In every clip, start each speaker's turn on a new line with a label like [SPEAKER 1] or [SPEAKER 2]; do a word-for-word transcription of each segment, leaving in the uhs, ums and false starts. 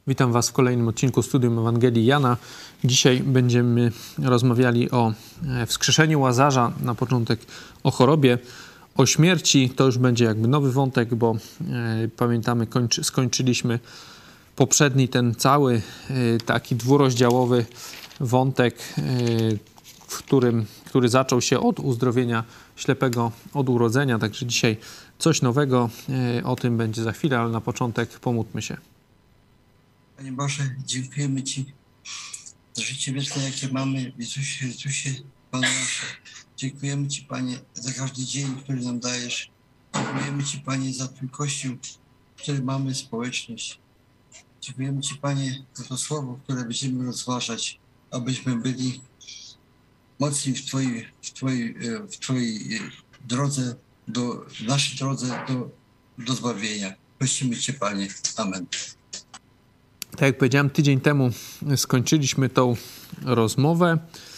[SPEAKER 1] Witam Was w kolejnym odcinku Studium Ewangelii Jana. Dzisiaj będziemy rozmawiali o wskrzeszeniu Łazarza, na początek o chorobie, o śmierci. To już będzie jakby nowy wątek, bo e, pamiętamy, kończy, skończyliśmy poprzedni ten cały e, taki dwurozdziałowy wątek, e, w którym, który zaczął się od uzdrowienia ślepego od urodzenia. Także dzisiaj coś nowego, e, o tym będzie za chwilę, ale na początek pomódlmy się.
[SPEAKER 2] Panie Boże, dziękujemy Ci za życie wieczne, jakie mamy w Jezusie, Jezusie, Panu nasze. Dziękujemy Ci, Panie, za każdy dzień, który nam dajesz. Dziękujemy Ci, Panie, za Twój Kościół, który mamy, społeczność. Dziękujemy Ci, Panie, za to słowo, które będziemy rozważać, abyśmy byli mocni w Twojej, w Twojej, w Twojej drodze, do, w naszej drodze do, do zbawienia. Prosimy Cię, Panie. Amen.
[SPEAKER 1] Tak jak powiedziałem, tydzień temu skończyliśmy tą rozmowę.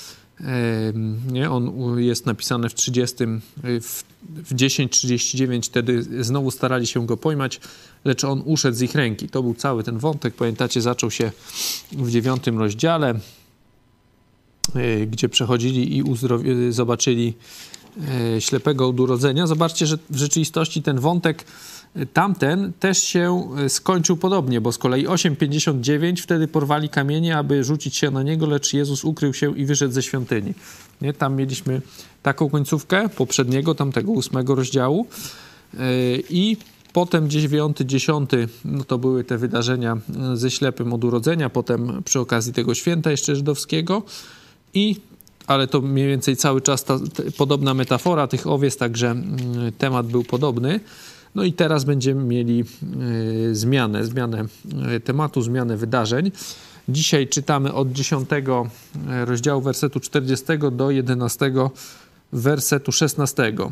[SPEAKER 1] Nie, on jest napisany w trzydziestym, w, w dziesięć trzydzieści dziewięć, wtedy znowu starali się go pojmać, lecz on uszedł z ich ręki. To był cały ten wątek. Pamiętacie, zaczął się w dziewiątym rozdziale, gdzie przechodzili i uzdrowi- zobaczyli ślepego od urodzenia. Zobaczcie, że w rzeczywistości ten wątek tamten też się skończył podobnie, bo z kolei osiem pięćdziesiąt dziewięć wtedy porwali kamienie, aby rzucić się na niego, lecz Jezus ukrył się i wyszedł ze świątyni. Nie? Tam mieliśmy taką końcówkę poprzedniego, tamtego ósmego rozdziału i potem dziewiąty, dziesiąty, no to były te wydarzenia ze ślepym od urodzenia, potem przy okazji tego święta jeszcze żydowskiego i ale to mniej więcej cały czas ta, ta podobna metafora tych owiec, także y, temat był podobny. No i teraz będziemy mieli y, zmianę, zmianę y, tematu, zmianę wydarzeń. Dzisiaj czytamy od dziesiątego rozdziału wersetu czterdziestego do jedenastego wersetu szesnastego.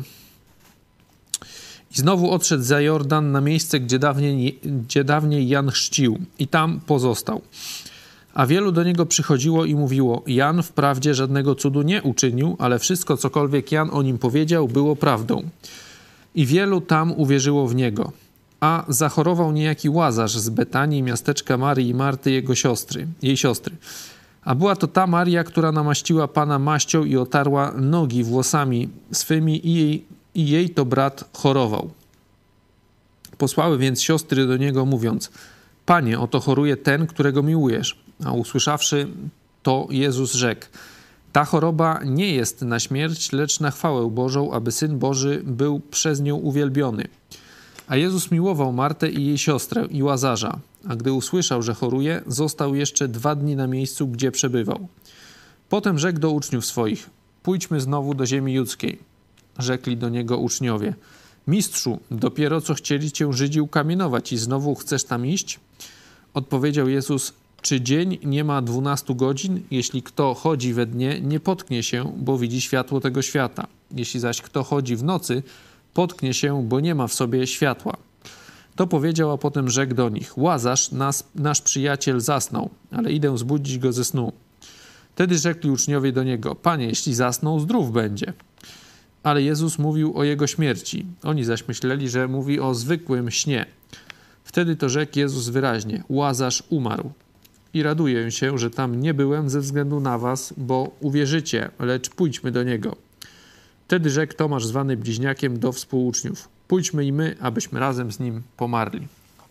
[SPEAKER 1] I znowu odszedł za Jordan na miejsce, gdzie dawniej, gdzie dawniej Jan chrzcił i tam pozostał. A wielu do niego przychodziło i mówiło: Jan wprawdzie żadnego cudu nie uczynił, ale wszystko, cokolwiek Jan o nim powiedział, było prawdą. I wielu tam uwierzyło w niego. A zachorował niejaki Łazarz z Betanii, miasteczka Marii i Marty, jego siostry, jej siostry. A była to ta Maria, która namaściła Pana maścią i otarła nogi włosami swymi i jej, i jej to brat chorował. Posłały więc siostry do niego, mówiąc: Panie, oto choruje ten, którego miłujesz. A usłyszawszy to, Jezus rzekł: ta choroba nie jest na śmierć, lecz na chwałę Bożą, aby Syn Boży był przez nią uwielbiony. A Jezus miłował Martę i jej siostrę i Łazarza, a gdy usłyszał, że choruje, został jeszcze dwa dni na miejscu, gdzie przebywał. Potem rzekł do uczniów swoich: pójdźmy znowu do ziemi judzkiej. Rzekli do niego uczniowie: Mistrzu, dopiero co chcieli cię Żydzi ukamienować i znowu chcesz tam iść? Odpowiedział Jezus: czy dzień nie ma dwunastu godzin? Jeśli kto chodzi we dnie, nie potknie się, bo widzi światło tego świata. Jeśli zaś kto chodzi w nocy, potknie się, bo nie ma w sobie światła. To powiedział, a potem rzekł do nich: Łazarz, nas, nasz przyjaciel, zasnął, ale idę zbudzić go ze snu. Wtedy rzekli uczniowie do niego: Panie, jeśli zasnął, zdrów będzie. Ale Jezus mówił o jego śmierci. Oni zaś myśleli, że mówi o zwykłym śnie. Wtedy to rzekł Jezus wyraźnie: Łazarz umarł. I raduję się, że tam nie byłem ze względu na was, bo uwierzycie, lecz pójdźmy do niego. Wtedy rzekł Tomasz, zwany Bliźniakiem, do współuczniów: pójdźmy i my, abyśmy razem z nim pomarli.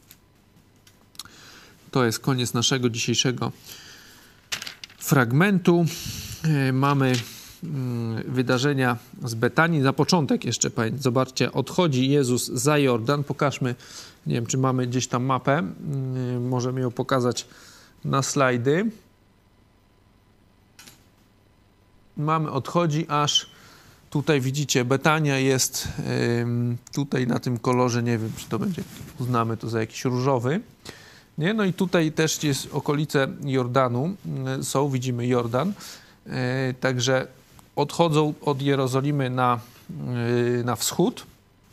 [SPEAKER 1] To jest koniec naszego dzisiejszego fragmentu. Mamy wydarzenia z Betanii. Na początek jeszcze, zobaczcie, odchodzi Jezus za Jordan. Pokażmy, nie wiem, czy mamy gdzieś tam mapę. Możemy ją pokazać na slajdy. Mamy, odchodzi aż tutaj, widzicie, Betania jest ym, tutaj na tym kolorze, nie wiem, czy to będzie, uznamy to za jakiś różowy. Nie? No i tutaj też jest okolice Jordanu, y, są, widzimy Jordan. Y, także odchodzą od Jerozolimy na, y, na wschód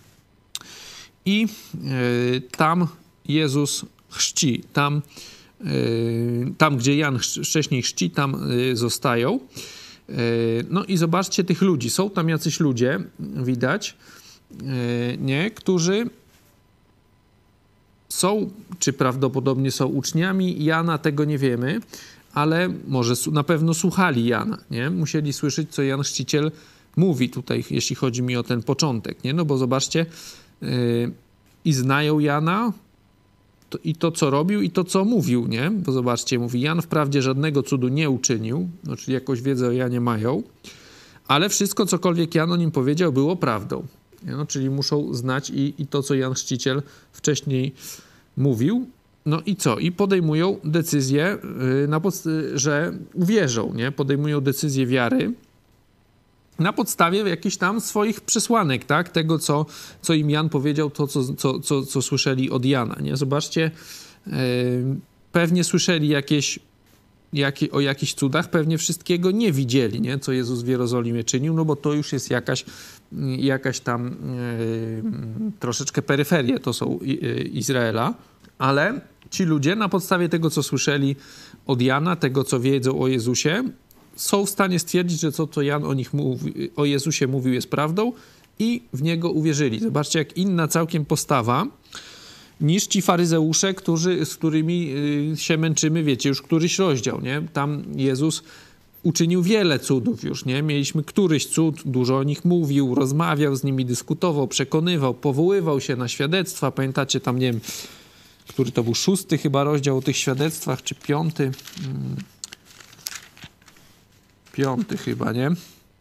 [SPEAKER 1] i y, tam Jezus chrzci, tam tam, gdzie Jan wcześniej chrzci, tam zostają. No i zobaczcie tych ludzi. Są tam jacyś ludzie, widać, nie, którzy są, czy prawdopodobnie są uczniami Jana, tego nie wiemy, ale może na pewno słuchali Jana, nie? Musieli słyszeć, co Jan Chrzciciel mówi tutaj, jeśli chodzi mi o ten początek, nie? No bo zobaczcie, yy, i znają Jana to, i to, co robił, i to, co mówił, nie? Bo zobaczcie, mówi, Jan wprawdzie żadnego cudu nie uczynił, no, czyli jakąś wiedzę o Janie mają, ale wszystko, cokolwiek Jan o nim powiedział, było prawdą. Nie? No, czyli muszą znać i, i to, co Jan Chrzciciel wcześniej mówił. No i co? I podejmują decyzję, yy, na podst- że uwierzą, nie? Podejmują decyzję wiary na podstawie jakichś tam swoich przesłanek, tak? Tego, co, co im Jan powiedział, to, co, co, co, co słyszeli od Jana, nie? Zobaczcie, yy, pewnie słyszeli jakieś, jakie, o jakichś cudach, pewnie wszystkiego nie widzieli, nie? Co Jezus w Jerozolimie czynił, no bo to już jest jakaś, jakaś tam yy, troszeczkę peryferie, to są yy, Izraela, ale ci ludzie na podstawie tego, co słyszeli od Jana, tego, co wiedzą o Jezusie, są w stanie stwierdzić, że co to Jan o nich mówi, o Jezusie mówił, jest prawdą i w Niego uwierzyli. Zobaczcie, jak inna całkiem postawa niż ci faryzeusze, którzy, z którymi się męczymy, wiecie, już któryś rozdział, nie? Tam Jezus uczynił wiele cudów już, nie? Mieliśmy któryś cud, dużo o nich mówił, rozmawiał z nimi, dyskutował, przekonywał, powoływał się na świadectwa. Pamiętacie tam, nie wiem, który to był szósty chyba rozdział o tych świadectwach, czy piąty? Hmm. Piąty chyba, nie?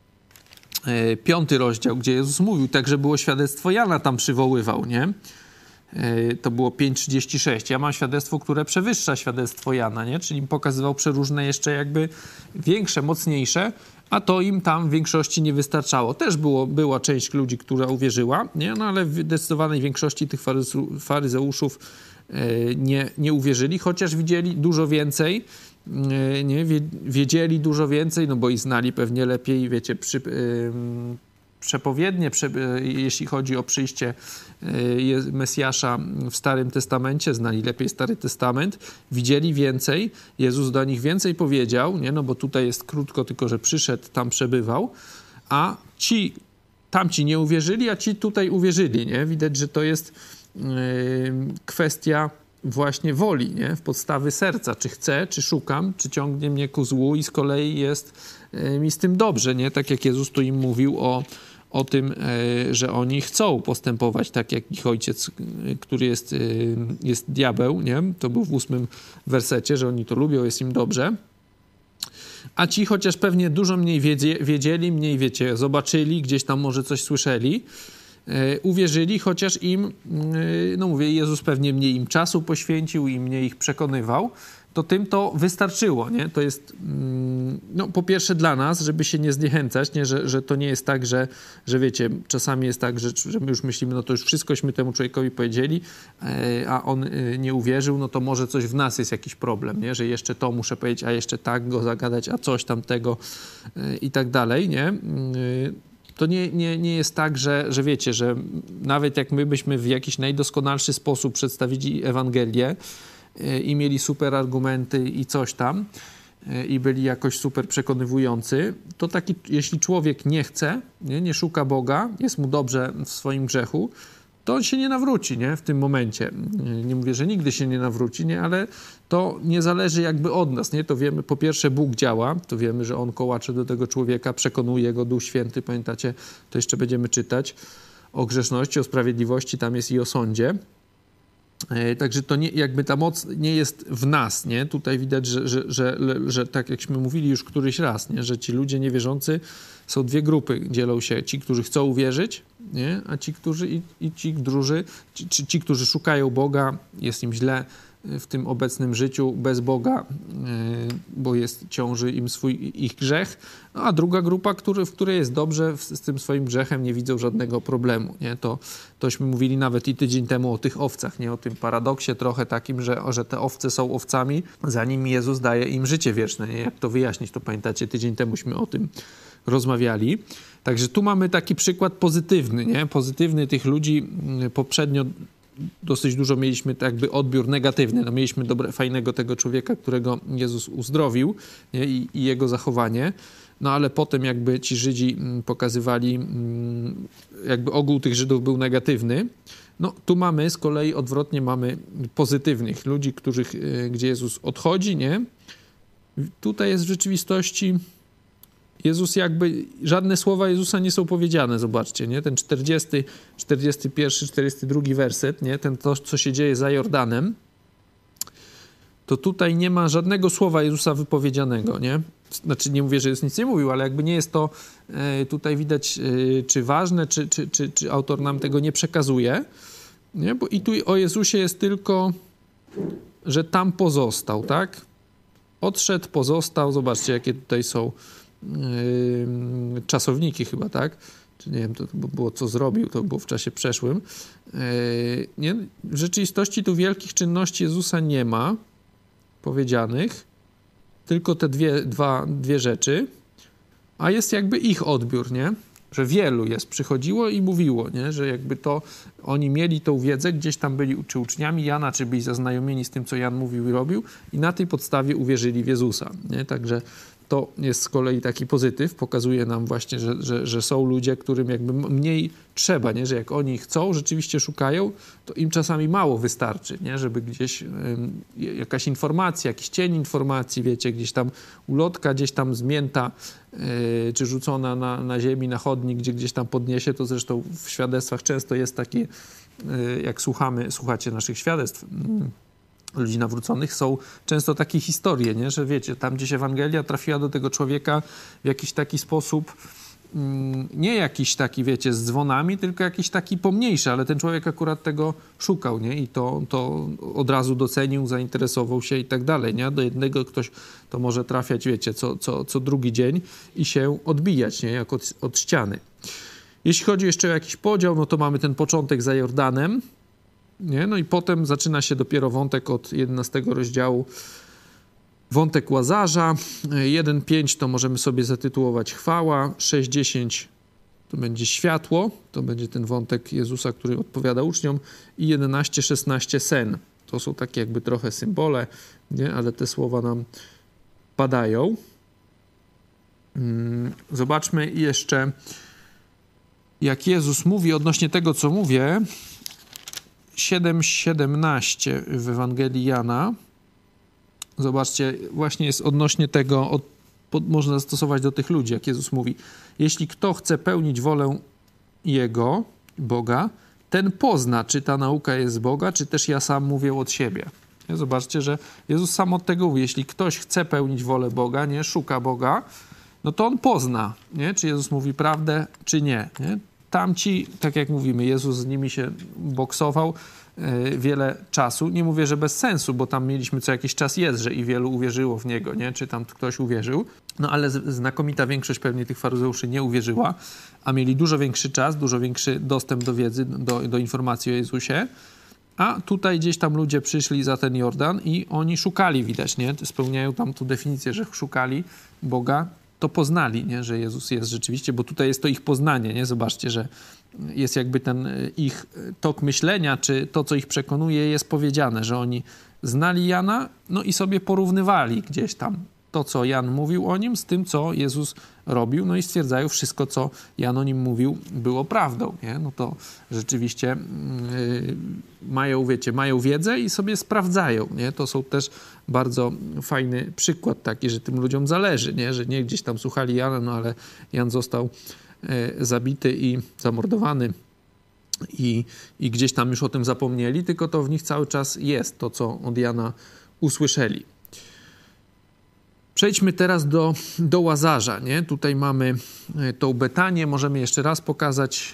[SPEAKER 1] E, piąty rozdział, gdzie Jezus mówił, także było świadectwo Jana tam przywoływał, nie? E, to było pięć trzydzieści sześć. Ja mam świadectwo, które przewyższa świadectwo Jana, nie? Czyli im pokazywał przeróżne jeszcze jakby większe, mocniejsze, a to im tam w większości nie wystarczało. Też było, była część ludzi, która uwierzyła, nie? No ale w zdecydowanej większości tych faryzu, faryzeuszów e, nie, nie uwierzyli, chociaż widzieli dużo więcej, nie, wiedzieli dużo więcej, no bo i znali pewnie lepiej, wiecie, przy, yy, przepowiednie, prze, yy, jeśli chodzi o przyjście yy, Mesjasza w Starym Testamencie, znali lepiej Stary Testament, widzieli więcej, Jezus do nich więcej powiedział, nie, no bo tutaj jest krótko, tylko że przyszedł, tam przebywał, a ci, tamci nie uwierzyli, a ci tutaj uwierzyli, nie, widać, że to jest yy, kwestia właśnie woli, nie? W podstawy serca, czy chcę, czy szukam, czy ciągnie mnie ku złu i z kolei jest e, mi z tym dobrze, nie? Tak jak Jezus tu im mówił o, o tym, e, że oni chcą postępować tak jak ich ojciec, e, który jest, e, jest diabeł, nie? To był w ósmym wersecie, że oni to lubią, jest im dobrze. A ci chociaż pewnie dużo mniej wiedzie, wiedzieli, mniej, wiecie, zobaczyli, gdzieś tam może coś słyszeli, uwierzyli, chociaż im, no mówię, Jezus pewnie mniej im czasu poświęcił i mniej ich przekonywał, to tym to wystarczyło, nie? To jest, no po pierwsze dla nas, żeby się nie zniechęcać, nie? Że, że to nie jest tak, że, że wiecie, czasami jest tak, że, że my już myślimy, no to już wszystkośmy temu człowiekowi powiedzieli, a on nie uwierzył, no to może coś w nas jest jakiś problem, nie? Że jeszcze to muszę powiedzieć, a jeszcze tak go zagadać, a coś tamtego i tak dalej, nie? To nie, nie, nie jest tak, że, że wiecie, że nawet jak my byśmy w jakiś najdoskonalszy sposób przedstawili Ewangelię i mieli super argumenty i coś tam i byli jakoś super przekonywujący, to taki, jeśli człowiek nie chce, nie, nie szuka Boga, jest mu dobrze w swoim grzechu, to on się nie nawróci, nie, w tym momencie. Nie mówię, że nigdy się nie nawróci, nie, ale to nie zależy jakby od nas, nie, to wiemy, po pierwsze Bóg działa, to wiemy, że On kołacze do tego człowieka, przekonuje go, Duch Święty, pamiętacie, to jeszcze będziemy czytać o grzeszności, o sprawiedliwości, tam jest i o sądzie. Także to nie, jakby ta moc nie jest w nas, nie? Tutaj widać, że, że, że, że tak jakśmy mówili już któryś raz, nie? Że ci ludzie niewierzący są dwie grupy, dzielą się ci, którzy chcą uwierzyć, nie? A ci, którzy i, i ci, którzy, ci, ci, którzy szukają Boga, jest im źle w tym obecnym życiu bez Boga, bo jest, ciąży im swój, ich grzech, no a druga grupa, który, w której jest dobrze z tym swoim grzechem, nie widzą żadnego problemu, nie? To, tośmy mówili nawet i tydzień temu o tych owcach, nie? O tym paradoksie trochę takim, że, że te owce są owcami, zanim Jezus daje im życie wieczne, nie? Jak to wyjaśnić, to pamiętacie, tydzień temuśmy o tym rozmawiali. Także tu mamy taki przykład pozytywny, nie? Pozytywny tych ludzi. Poprzednio dosyć dużo mieliśmy jakby odbiór negatywny. No, mieliśmy dobre, fajnego tego człowieka, którego Jezus uzdrowił, nie? I, i jego zachowanie. No ale potem jakby ci Żydzi pokazywali, jakby ogół tych Żydów był negatywny. No tu mamy z kolei odwrotnie, mamy pozytywnych ludzi, których, gdzie Jezus odchodzi, nie? Tutaj jest w rzeczywistości Jezus jakby, żadne słowa Jezusa nie są powiedziane, zobaczcie, nie? Ten czterdziesty, czterdziesty pierwszy, czterdziesty drugi werset, nie? Ten to, co się dzieje za Jordanem, to tutaj nie ma żadnego słowa Jezusa wypowiedzianego, nie? Znaczy nie mówię, że Jezus nic nie mówił, ale jakby nie jest to e, tutaj widać e, czy ważne, czy, czy, czy, czy autor nam tego nie przekazuje, nie? Bo i tu o Jezusie jest tylko, że tam pozostał, tak? Odszedł, pozostał, zobaczcie jakie tutaj są Yy, czasowniki chyba, tak? Czy nie wiem, to było co zrobił, to było w czasie przeszłym. Yy, nie? W rzeczywistości tu wielkich czynności Jezusa nie ma powiedzianych, tylko te dwie, dwa, dwie rzeczy, a jest jakby ich odbiór, nie? Że wielu jest, przychodziło i mówiło, nie? Że jakby to oni mieli tą wiedzę, gdzieś tam byli czy uczniami Jana, czy byli zaznajomieni z tym, co Jan mówił i robił i na tej podstawie uwierzyli w Jezusa, nie? Także to jest z kolei taki pozytyw, pokazuje nam właśnie, że, że, że są ludzie, którym jakby mniej trzeba, nie? Że jak oni chcą, rzeczywiście szukają, to im czasami mało wystarczy, nie? Żeby gdzieś ym, jakaś informacja, jakiś cień informacji, wiecie, gdzieś tam ulotka, gdzieś tam zmięta, yy, czy rzucona na, na ziemi, na chodnik, gdzie gdzieś tam podniesie, to zresztą w świadectwach często jest takie, yy, jak słuchamy, słuchacie naszych świadectw, yy, ludzi nawróconych, są często takie historie, nie? Że wiecie, tam gdzieś Ewangelia trafiła do tego człowieka w jakiś taki sposób, mm, nie jakiś taki, wiecie, z dzwonami, tylko jakiś taki pomniejszy, ale ten człowiek akurat tego szukał, nie? I to, to od razu docenił, zainteresował się i tak dalej, nie? Do jednego ktoś to może trafiać, wiecie, co, co, co drugi dzień i się odbijać, nie? Jak od, od ściany. Jeśli chodzi jeszcze o jakiś podział, no to mamy ten początek za Jordanem, nie? No i potem zaczyna się dopiero wątek od jedenastego rozdziału, wątek Łazarza. jeden pięć to możemy sobie zatytułować chwała, sześć dziesięć to będzie światło, to będzie ten wątek Jezusa, który odpowiada uczniom i jedenaście szesnaście sen. To są takie jakby trochę symbole, nie? Ale te słowa nam padają. Zobaczmy jeszcze, jak Jezus mówi odnośnie tego, co mówię. siedem siedemnaście w Ewangelii Jana. Zobaczcie, właśnie jest odnośnie tego, od, pod, można zastosować do tych ludzi, jak Jezus mówi. Jeśli kto chce pełnić wolę Jego, Boga, ten pozna, czy ta nauka jest z Boga, czy też ja sam mówię od siebie. Nie? Zobaczcie, że Jezus sam od tego mówi. Jeśli ktoś chce pełnić wolę Boga, nie szuka Boga, no to on pozna, nie? Czy Jezus mówi prawdę, czy nie. nie? Tamci, tak jak mówimy, Jezus z nimi się boksował yy, wiele czasu. Nie mówię, że bez sensu, bo tam mieliśmy co jakiś czas jest, że i wielu uwierzyło w Niego, nie? Czy tam ktoś uwierzył. No ale z, znakomita większość pewnie tych faryzeuszy nie uwierzyła, a mieli dużo większy czas, dużo większy dostęp do wiedzy, do, do informacji o Jezusie. A tutaj gdzieś tam ludzie przyszli za ten Jordan i oni szukali, widać, nie? Spełniają tam tu definicję, że szukali Boga, to poznali, nie? Że Jezus jest rzeczywiście, bo tutaj jest to ich poznanie, nie? Zobaczcie, że jest jakby ten ich tok myślenia, czy to, co ich przekonuje, jest powiedziane, że oni znali Jana, no i sobie porównywali gdzieś tam to, co Jan mówił o nim, z tym, co Jezus robił, no i stwierdzają, wszystko, co Jan o nim mówił, było prawdą, nie? No to rzeczywiście yy, mają, wiecie, mają wiedzę i sobie sprawdzają, nie? To są też bardzo fajny przykład taki, że tym ludziom zależy, nie? Że nie gdzieś tam słuchali Jana, no ale Jan został yy, zabity i zamordowany i, i gdzieś tam już o tym zapomnieli, tylko to w nich cały czas jest to, co od Jana usłyszeli. Przejdźmy teraz do, do Łazarza, nie? Tutaj mamy tą Betanię, możemy jeszcze raz pokazać.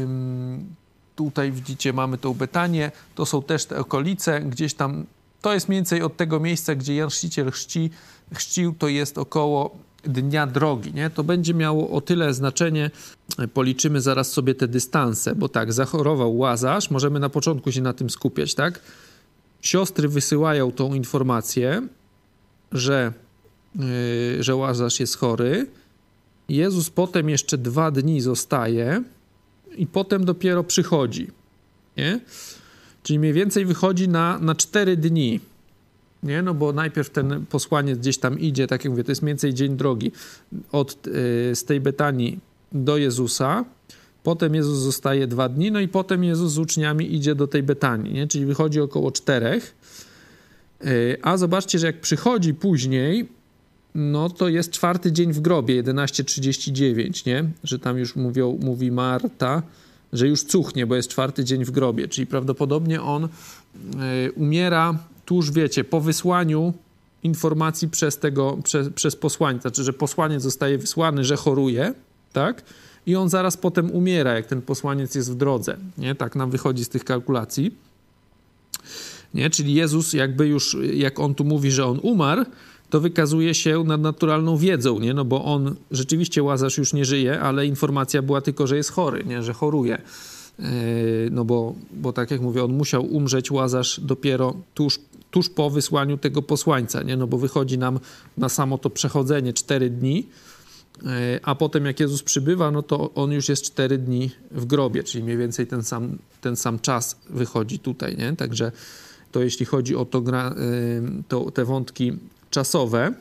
[SPEAKER 1] Tutaj widzicie, mamy tą Betanię, to są też te okolice, gdzieś tam, to jest mniej więcej od tego miejsca, gdzie Jan Chrzciciel chrzci, chrzcił, to jest około dnia drogi, nie? To będzie miało o tyle znaczenie, policzymy zaraz sobie te dystanse, bo tak, zachorował Łazarz, możemy na początku się na tym skupiać, tak? Siostry wysyłają tą informację, że Yy, że Łazarz jest chory. Jezus potem jeszcze dwa dni zostaje i potem dopiero przychodzi. Nie? Czyli mniej więcej wychodzi na, na cztery dni. Nie? No bo najpierw ten posłaniec gdzieś tam idzie, tak jak mówię, to jest mniej więcej dzień drogi od, yy, z tej Betanii do Jezusa. Potem Jezus zostaje dwa dni, no i potem Jezus z uczniami idzie do tej Betanii, nie? Czyli wychodzi około czterech. A zobaczcie, że jak przychodzi później, no to jest czwarty dzień w grobie, jedenaście trzydzieści dziewięć, nie? Że tam już mówią, mówi Marta, że już cuchnie, bo jest czwarty dzień w grobie. Czyli prawdopodobnie on y, umiera tuż, wiecie, po wysłaniu informacji przez tego, przez, przez posłańca, znaczy, że posłaniec zostaje wysłany, że choruje, tak? I on zaraz potem umiera, jak ten posłaniec jest w drodze, nie? Tak nam wychodzi z tych kalkulacji. Nie? Czyli Jezus jakby już, jak on tu mówi, że on umarł, to wykazuje się nad naturalną wiedzą, nie? No bo on, rzeczywiście Łazarz już nie żyje, ale informacja była tylko, że jest chory, nie? Że choruje. Yy, no bo, bo tak jak mówię, on musiał umrzeć, Łazarz, dopiero tuż, tuż po wysłaniu tego posłańca, nie? No bo wychodzi nam na samo to przechodzenie cztery dni, yy, a potem jak Jezus przybywa, no to on już jest cztery dni w grobie, czyli mniej więcej ten sam, ten sam czas wychodzi tutaj, nie? Także to jeśli chodzi o to, gra, yy, to te wątki czasowe.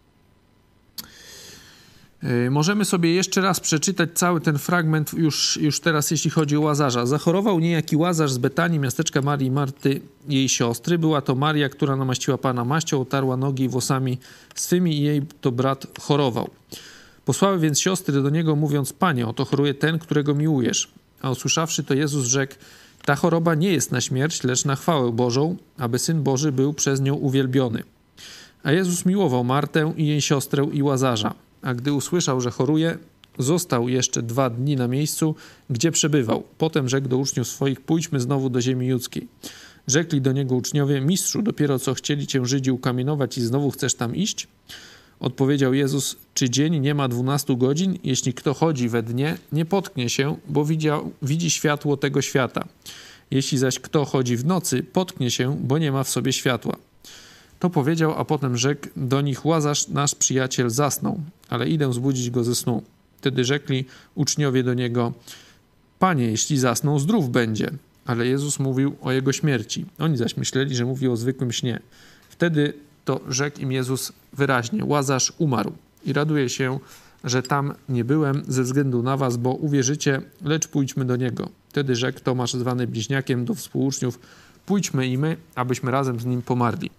[SPEAKER 1] Yy, możemy sobie jeszcze raz przeczytać cały ten fragment już, już teraz, jeśli chodzi o Łazarza. Zachorował niejaki Łazarz z Betanii, miasteczka Marii i Marty, jej siostry. Była to Maria, która namaściła Pana maścią, otarła nogi włosami swymi i jej to brat chorował. Posłały więc siostry do niego, mówiąc: Panie, oto choruje ten, którego miłujesz. A usłyszawszy to, Jezus rzekł: ta choroba nie jest na śmierć, lecz na chwałę Bożą, aby Syn Boży był przez nią uwielbiony. A Jezus miłował Martę i jej siostrę i Łazarza. A gdy usłyszał, że choruje, został jeszcze dwa dni na miejscu, gdzie przebywał. Potem rzekł do uczniów swoich: pójdźmy znowu do ziemi judzkiej. Rzekli do niego uczniowie: Mistrzu, dopiero co chcieli cię Żydzi ukamienować i znowu chcesz tam iść? Odpowiedział Jezus: czy dzień nie ma dwunastu godzin? Jeśli kto chodzi we dnie, nie potknie się, bo widział, widzi światło tego świata. Jeśli zaś kto chodzi w nocy, potknie się, bo nie ma w sobie światła. To powiedział, a potem rzekł do nich: Łazarz, nasz przyjaciel, zasnął, ale idę zbudzić go ze snu. Wtedy rzekli uczniowie do niego: Panie, jeśli zasnął, zdrów będzie. Ale Jezus mówił o jego śmierci. Oni zaś myśleli, że mówi o zwykłym śnie. Wtedy to rzekł im Jezus wyraźnie: Łazarz umarł. I raduję się, że tam nie byłem ze względu na was, bo uwierzycie, lecz pójdźmy do niego. Wtedy rzekł Tomasz, zwany Bliźniakiem, do współuczniów: pójdźmy i my, abyśmy razem z nim pomarli.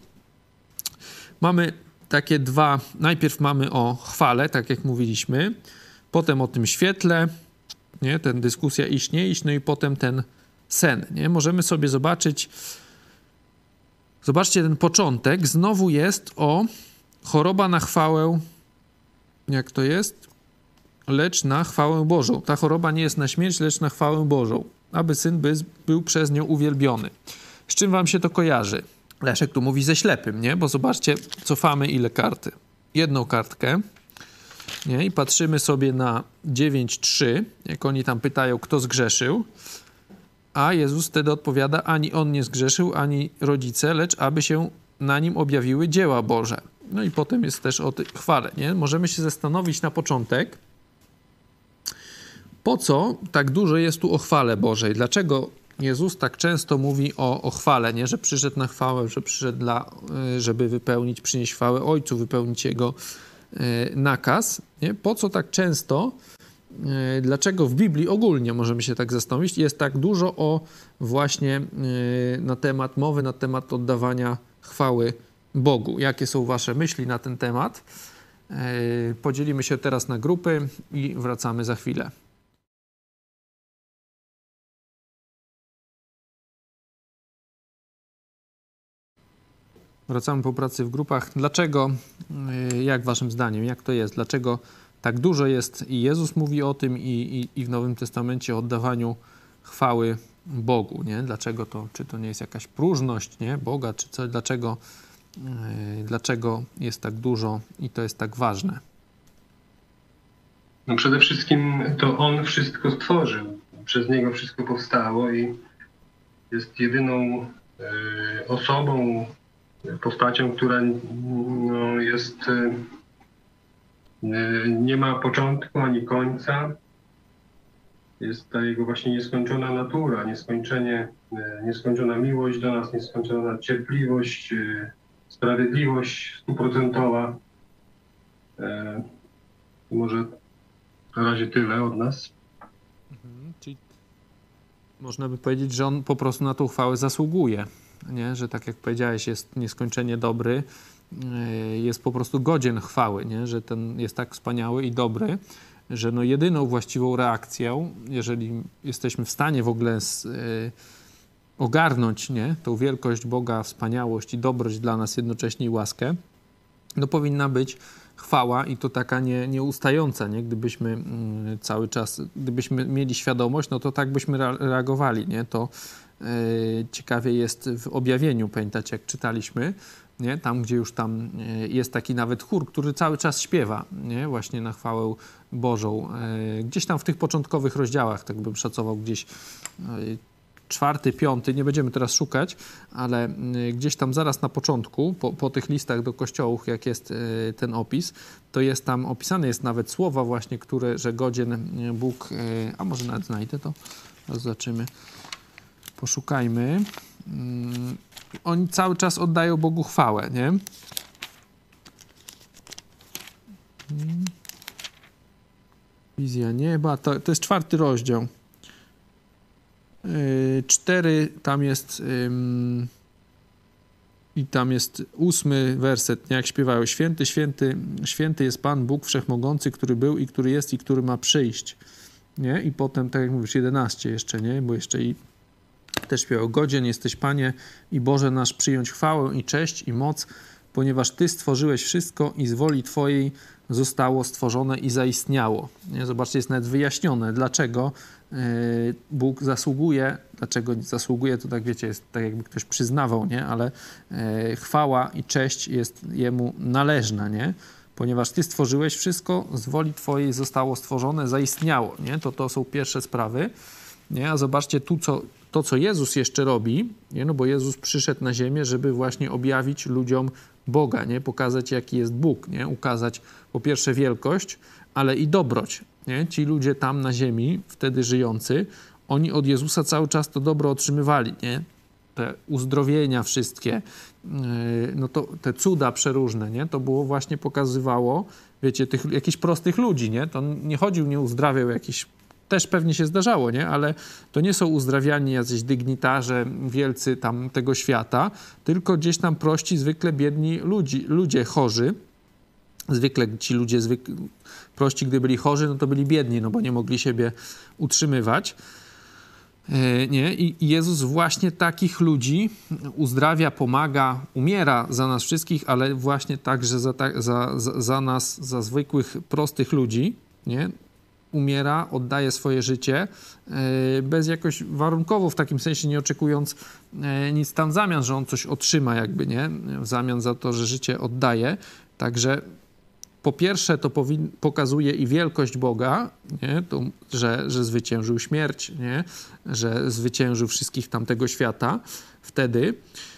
[SPEAKER 1] Mamy takie dwa, najpierw mamy o chwale, tak jak mówiliśmy, potem o tym świetle, nie, ten dyskusja iść, nie iść, no i potem ten sen, nie, możemy sobie zobaczyć, zobaczcie ten początek, znowu jest o choroba na chwałę, jak to jest? Lecz na chwałę Bożą. Ta choroba nie jest na śmierć, lecz na chwałę Bożą, aby Syn by, był przez nią uwielbiony. Z czym wam się to kojarzy? Leszek tu mówi ze ślepym, nie? Bo zobaczcie, cofamy ile karty. Jedną kartkę, nie? I patrzymy sobie na dziewięć trzy, jak oni tam pytają, kto zgrzeszył, a Jezus wtedy odpowiada: ani on nie zgrzeszył, ani rodzice, lecz aby się na nim objawiły dzieła Boże. No i potem jest też o tej chwale, nie? Możemy się zastanowić na początek, po co tak dużo jest tu o chwale Bożej? Dlaczego Jezus tak często mówi o, o chwale, nie? Że przyszedł na chwałę, że przyszedł, dla, żeby wypełnić, przynieść chwałę Ojcu, wypełnić Jego y, nakaz. Nie? Po co tak często, y, dlaczego w Biblii ogólnie, możemy się tak zastanowić, jest tak dużo o właśnie y, na temat mowy, na temat oddawania chwały Bogu. Jakie są wasze myśli na ten temat? Y, podzielimy się teraz na grupy i wracamy za chwilę. Wracamy po pracy w grupach. Dlaczego, jak waszym zdaniem, jak to jest? Dlaczego tak dużo jest i Jezus mówi o tym i, i, i w Nowym Testamencie o oddawaniu chwały Bogu, nie? Dlaczego to, czy to nie jest jakaś próżność, nie? Boga, czy co, dlaczego, yy, dlaczego jest tak dużo i to jest tak ważne?
[SPEAKER 3] No przede wszystkim to On wszystko stworzył. Przez Niego wszystko powstało i jest jedyną yy, osobą, postacią, która no, jest, nie ma początku ani końca. Jest ta Jego właśnie nieskończona natura, nieskończenie, nieskończona miłość do nas, nieskończona cierpliwość, sprawiedliwość stuprocentowa. Może na razie tyle od nas.
[SPEAKER 1] Mhm. Czyli można by powiedzieć, że on po prostu na tą chwałę zasługuje, nie? Że tak jak powiedziałeś, jest nieskończenie dobry, jest po prostu godzien chwały, nie? Że ten jest tak wspaniały i dobry, że no jedyną właściwą reakcją, jeżeli jesteśmy w stanie w ogóle z, y, ogarnąć, nie? Tą wielkość Boga, wspaniałość i dobroć dla nas jednocześnie i łaskę, no powinna być chwała i to taka nie, nieustająca, nie? Gdybyśmy y, cały czas, gdybyśmy mieli świadomość, no to tak byśmy re- reagowali, nie? To y, ciekawie jest w objawieniu, pamiętacie, jak czytaliśmy, nie? Tam, gdzie już tam jest taki nawet chór, który cały czas śpiewa, nie? Właśnie na chwałę Bożą. Gdzieś tam w tych początkowych rozdziałach, tak bym szacował, gdzieś czwarty, piąty, nie będziemy teraz szukać, ale gdzieś tam zaraz na początku, po, po tych listach do kościołów, jak jest ten opis, to jest tam opisane, jest nawet słowa właśnie, które, że godzien Bóg, a może nawet znajdę to, teraz zobaczymy, poszukajmy. Oni cały czas oddają Bogu chwałę, nie? Wizja nieba, to, to jest czwarty rozdział. Yy, cztery, tam jest yy, i tam jest ósmy werset, nie? Jak śpiewają. Święty, święty, święty jest Pan Bóg Wszechmogący, który był i który jest i który ma przyjść, nie? I potem, tak jak mówisz, jedenaście jeszcze, nie? Bo jeszcze i też śpiewał. Godzien jesteś, Panie i Boże nasz, przyjąć chwałę i cześć i moc, ponieważ Ty stworzyłeś wszystko i z woli Twojej zostało stworzone i zaistniało. Nie? Zobaczcie, jest nawet wyjaśnione, dlaczego yy, Bóg zasługuje, dlaczego nie zasługuje, to tak wiecie, jest tak jakby ktoś przyznawał, nie? Ale yy, chwała i cześć jest Jemu należna, nie? Ponieważ Ty stworzyłeś wszystko, z woli Twojej zostało stworzone, zaistniało, nie? To to są pierwsze sprawy, nie? A zobaczcie tu, co to, co Jezus jeszcze robi, nie? No bo Jezus przyszedł na ziemię, żeby właśnie objawić ludziom Boga, nie? Pokazać, jaki jest Bóg, nie? Ukazać po pierwsze wielkość, ale i dobroć, nie? Ci ludzie tam na ziemi, wtedy żyjący, oni od Jezusa cały czas to dobro otrzymywali, nie? Te uzdrowienia wszystkie, yy, no to te cuda przeróżne, nie? To było właśnie pokazywało, wiecie, tych jakichś prostych ludzi, nie? To on nie chodził, nie uzdrawiał jakichś, też pewnie się zdarzało, nie? Ale to nie są uzdrawiani jacyś dygnitarze, wielcy tam tego świata, tylko gdzieś tam prości, zwykle biedni ludzi, ludzie chorzy. Zwykle ci ludzie zwykle, prości, gdy byli chorzy, no to byli biedni, no bo nie mogli siebie utrzymywać. Yy, nie? I Jezus właśnie takich ludzi uzdrawia, pomaga, umiera za nas wszystkich, ale właśnie także za, za, za, za nas, za zwykłych, prostych ludzi, nie? Umiera, oddaje swoje życie bez jakoś warunkowo, w takim sensie nie oczekując nic tam w zamian, że on coś otrzyma jakby, nie? W zamian za to, że życie oddaje. Także po pierwsze to powin- pokazuje i wielkość Boga, nie? To, że, że zwyciężył śmierć, nie? Że zwyciężył wszystkich tamtego świata wtedy.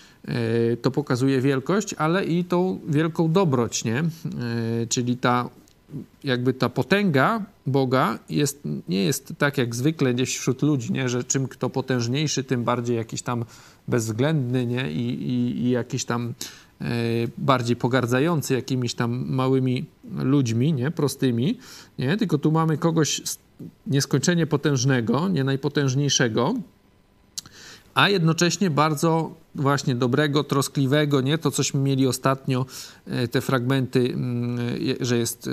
[SPEAKER 1] To pokazuje wielkość, ale i tą wielką dobroć, nie? Czyli ta jakby ta potęga Boga jest, nie jest tak jak zwykle gdzieś wśród ludzi, nie? Że czym kto potężniejszy, tym bardziej jakiś tam bezwzględny, nie? I, i, i jakiś tam e, bardziej pogardzający jakimiś tam małymi ludźmi, nie? Prostymi, nie? Tylko tu mamy kogoś nieskończenie potężnego, nie najpotężniejszego, a jednocześnie bardzo właśnie dobrego, troskliwego, nie? To, cośmy mieli ostatnio, te fragmenty, że jest,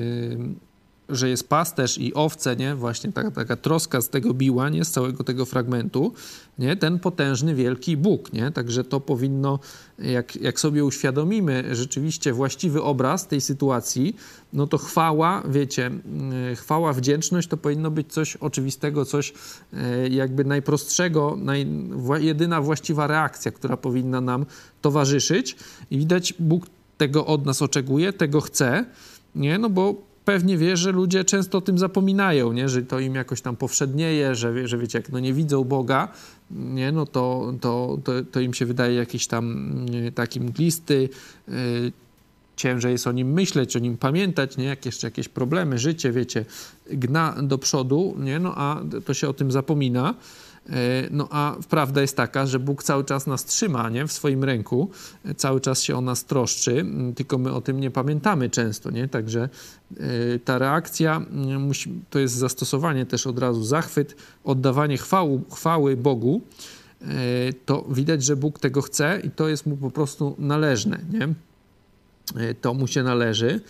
[SPEAKER 1] że jest pasterz i owce, nie? Właśnie taka, taka troska z tego biła, nie? Z całego tego fragmentu, nie? Ten potężny, wielki Bóg, nie? Także to powinno, jak, jak sobie uświadomimy rzeczywiście właściwy obraz tej sytuacji, no to chwała, wiecie, chwała, wdzięczność to powinno być coś oczywistego, coś jakby najprostszego, naj, jedyna właściwa reakcja, która powinna nam towarzyszyć. I widać, Bóg tego od nas oczekuje, tego chce, nie? No bo pewnie wie, że ludzie często o tym zapominają, nie? Że to im jakoś tam powszednieje, że, że wiecie, jak no nie widzą Boga, nie? No to, to, to, to im się wydaje jakiś tam taki mglisty, yy, ciężej jest o nim myśleć, o nim pamiętać, nie? Jak jeszcze jakieś problemy, życie, wiecie, gna do przodu, nie? No a to się o tym zapomina. No a prawda jest taka, że Bóg cały czas nas trzyma, nie? W swoim ręku, cały czas się o nas troszczy, tylko my o tym nie pamiętamy często, nie? Także ta reakcja musi, to jest zastosowanie też od razu, zachwyt, oddawanie chwały, chwały Bogu, to widać, że Bóg tego chce i to jest mu po prostu należne, nie? To mu się należy.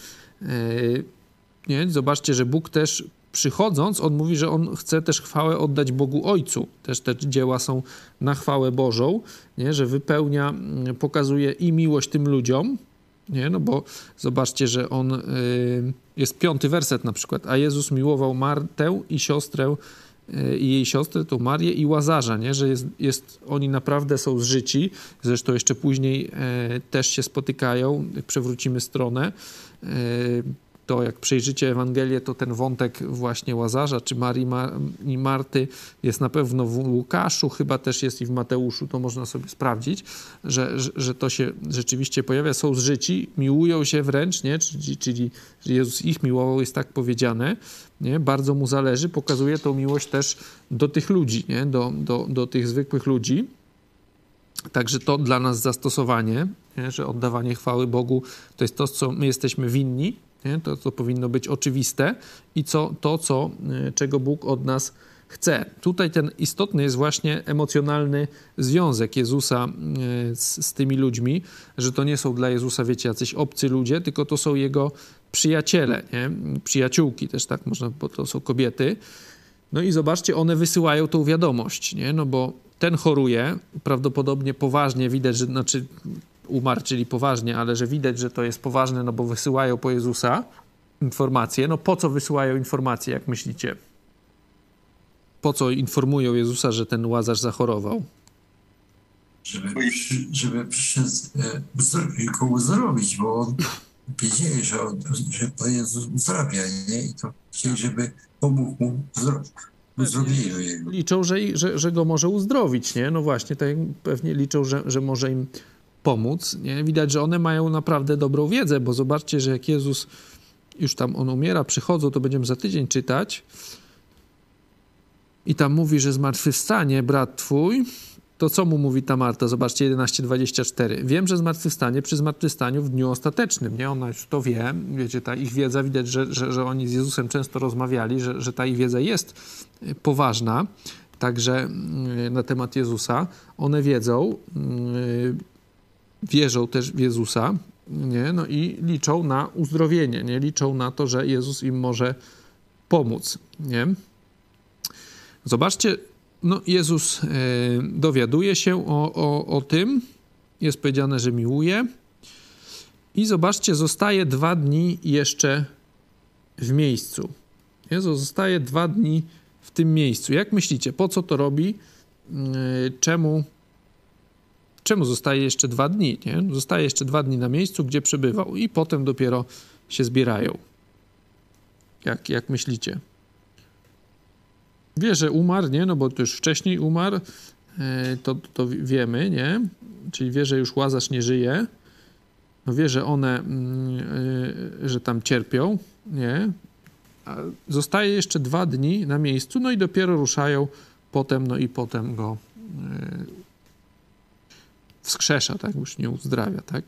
[SPEAKER 1] Nie? Zobaczcie, że Bóg też przychodząc, on mówi, że on chce też chwałę oddać Bogu Ojcu. Też te dzieła są na chwałę Bożą, nie? Że wypełnia, pokazuje i miłość tym ludziom, nie? No bo zobaczcie, że on, y, jest piąty werset na przykład, a Jezus miłował Martę i siostrę y, i jej siostrę, tą Marię i Łazarza, nie? Że jest, jest, oni naprawdę są zżyci, zresztą jeszcze później y, też się spotykają, jak przewrócimy stronę, y, to jak przejrzycie Ewangelię, to ten wątek właśnie Łazarza, czy Marii i Marty jest na pewno w Łukaszu, chyba też jest i w Mateuszu, to można sobie sprawdzić, że, że, że to się rzeczywiście pojawia, są zżyci, miłują się wręcz, nie? Czyli, czyli że Jezus ich miłował, jest tak powiedziane, nie? Bardzo mu zależy, pokazuje tą miłość też do tych ludzi, nie? Do, do, do tych zwykłych ludzi. Także to dla nas zastosowanie, nie? Że oddawanie chwały Bogu to jest to, co my jesteśmy winni, nie? To, co powinno być oczywiste i co, to, co, czego Bóg od nas chce. Tutaj ten istotny jest właśnie emocjonalny związek Jezusa z, z tymi ludźmi, że to nie są dla Jezusa, wiecie, jacyś obcy ludzie, tylko to są Jego przyjaciele, nie? Przyjaciółki też, tak można, bo to są kobiety. No i zobaczcie, one wysyłają tą wiadomość, nie? No bo ten choruje, prawdopodobnie poważnie, widać, że, znaczy umarł, czyli poważnie, ale że widać, że to jest poważne, no bo wysyłają po Jezusa informacje. No po co wysyłają informacje, jak myślicie? Po co informują Jezusa, że ten Łazarz zachorował?
[SPEAKER 2] Żeby, żeby przyszedł go uzdrowić, bo on wiedzieli, że, on, że Pan Jezus uzdrawia, nie? I to chcieli, żeby pomógł mu w uzdrowieniu jego.
[SPEAKER 1] Liczą, że, że, że go może uzdrowić, nie? No właśnie, tak pewnie liczą, że, że może im pomóc, nie? Widać, że one mają naprawdę dobrą wiedzę, bo zobaczcie, że jak Jezus już tam on umiera, przychodzą, to będziemy za tydzień czytać i tam mówi, że zmartwychwstanie brat twój, to co mu mówi ta Marta? Zobaczcie, jedenaście dwadzieścia cztery. Wiem, że zmartwychwstanie przy zmartwychwstaniu w dniu ostatecznym, nie? Ona już to wie, wiecie, ta ich wiedza, widać, że, że, że oni z Jezusem często rozmawiali, że, że ta ich wiedza jest poważna, także na temat Jezusa. One wiedzą, wierzą też w Jezusa, nie? No i liczą na uzdrowienie, nie? Liczą na to, że Jezus im może pomóc, nie? Zobaczcie, no Jezus e, dowiaduje się o, o, o tym, jest powiedziane, że miłuje i zobaczcie, zostaje dwa dni jeszcze w miejscu. Jezus zostaje dwa dni w tym miejscu. Jak myślicie, po co to robi? E, czemu Czemu zostaje jeszcze dwa dni, nie? Zostaje jeszcze dwa dni na miejscu, gdzie przebywał i potem dopiero się zbierają. Jak, jak myślicie? Wie, że umarł, nie? No bo to już wcześniej umarł, to, to wiemy, nie? Czyli wie, że już Łazarz nie żyje. No wie, że one, że tam cierpią, nie? A zostaje jeszcze dwa dni na miejscu, no i dopiero ruszają potem, no i potem go wskrzesza, tak? Już nie uzdrawia, tak?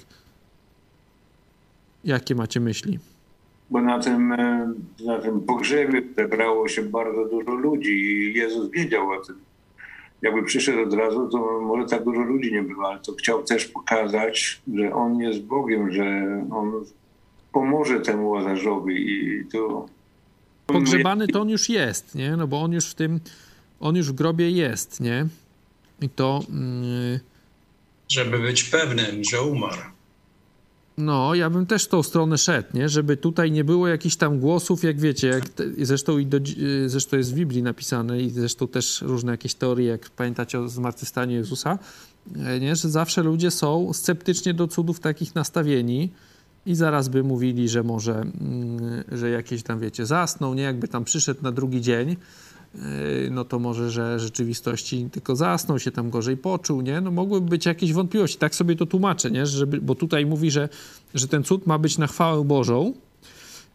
[SPEAKER 1] Jakie macie myśli?
[SPEAKER 4] Bo na tym, na tym pogrzebie zebrało się bardzo dużo ludzi i Jezus wiedział o tym. Jakby przyszedł od razu, to może tak dużo ludzi nie było, ale to chciał też pokazać, że On jest Bogiem, że On pomoże temu Łazarzowi i to...
[SPEAKER 1] Pogrzebany to on już jest, nie? No bo on już w tym, on już w grobie jest, nie? I to... Yy...
[SPEAKER 5] Żeby być pewnym, że umarł.
[SPEAKER 1] No, ja bym też w tą stronę szedł, nie? Żeby tutaj nie było jakichś tam głosów, jak wiecie, jak te, zresztą, i do, zresztą jest w Biblii napisane i zresztą też różne jakieś teorie, jak pamiętacie o zmartwychwstaniu Jezusa, nie? Że zawsze ludzie są sceptycznie do cudów takich nastawieni i zaraz by mówili, że może, że jakieś tam, wiecie, zasnął, nie? Jakby tam przyszedł na drugi dzień, no to może, że w rzeczywistości tylko zasnął, się tam gorzej poczuł, nie? No mogłyby być jakieś wątpliwości. Tak sobie to tłumaczę, nie? Żeby, bo tutaj mówi, że, że ten cud ma być na chwałę Bożą,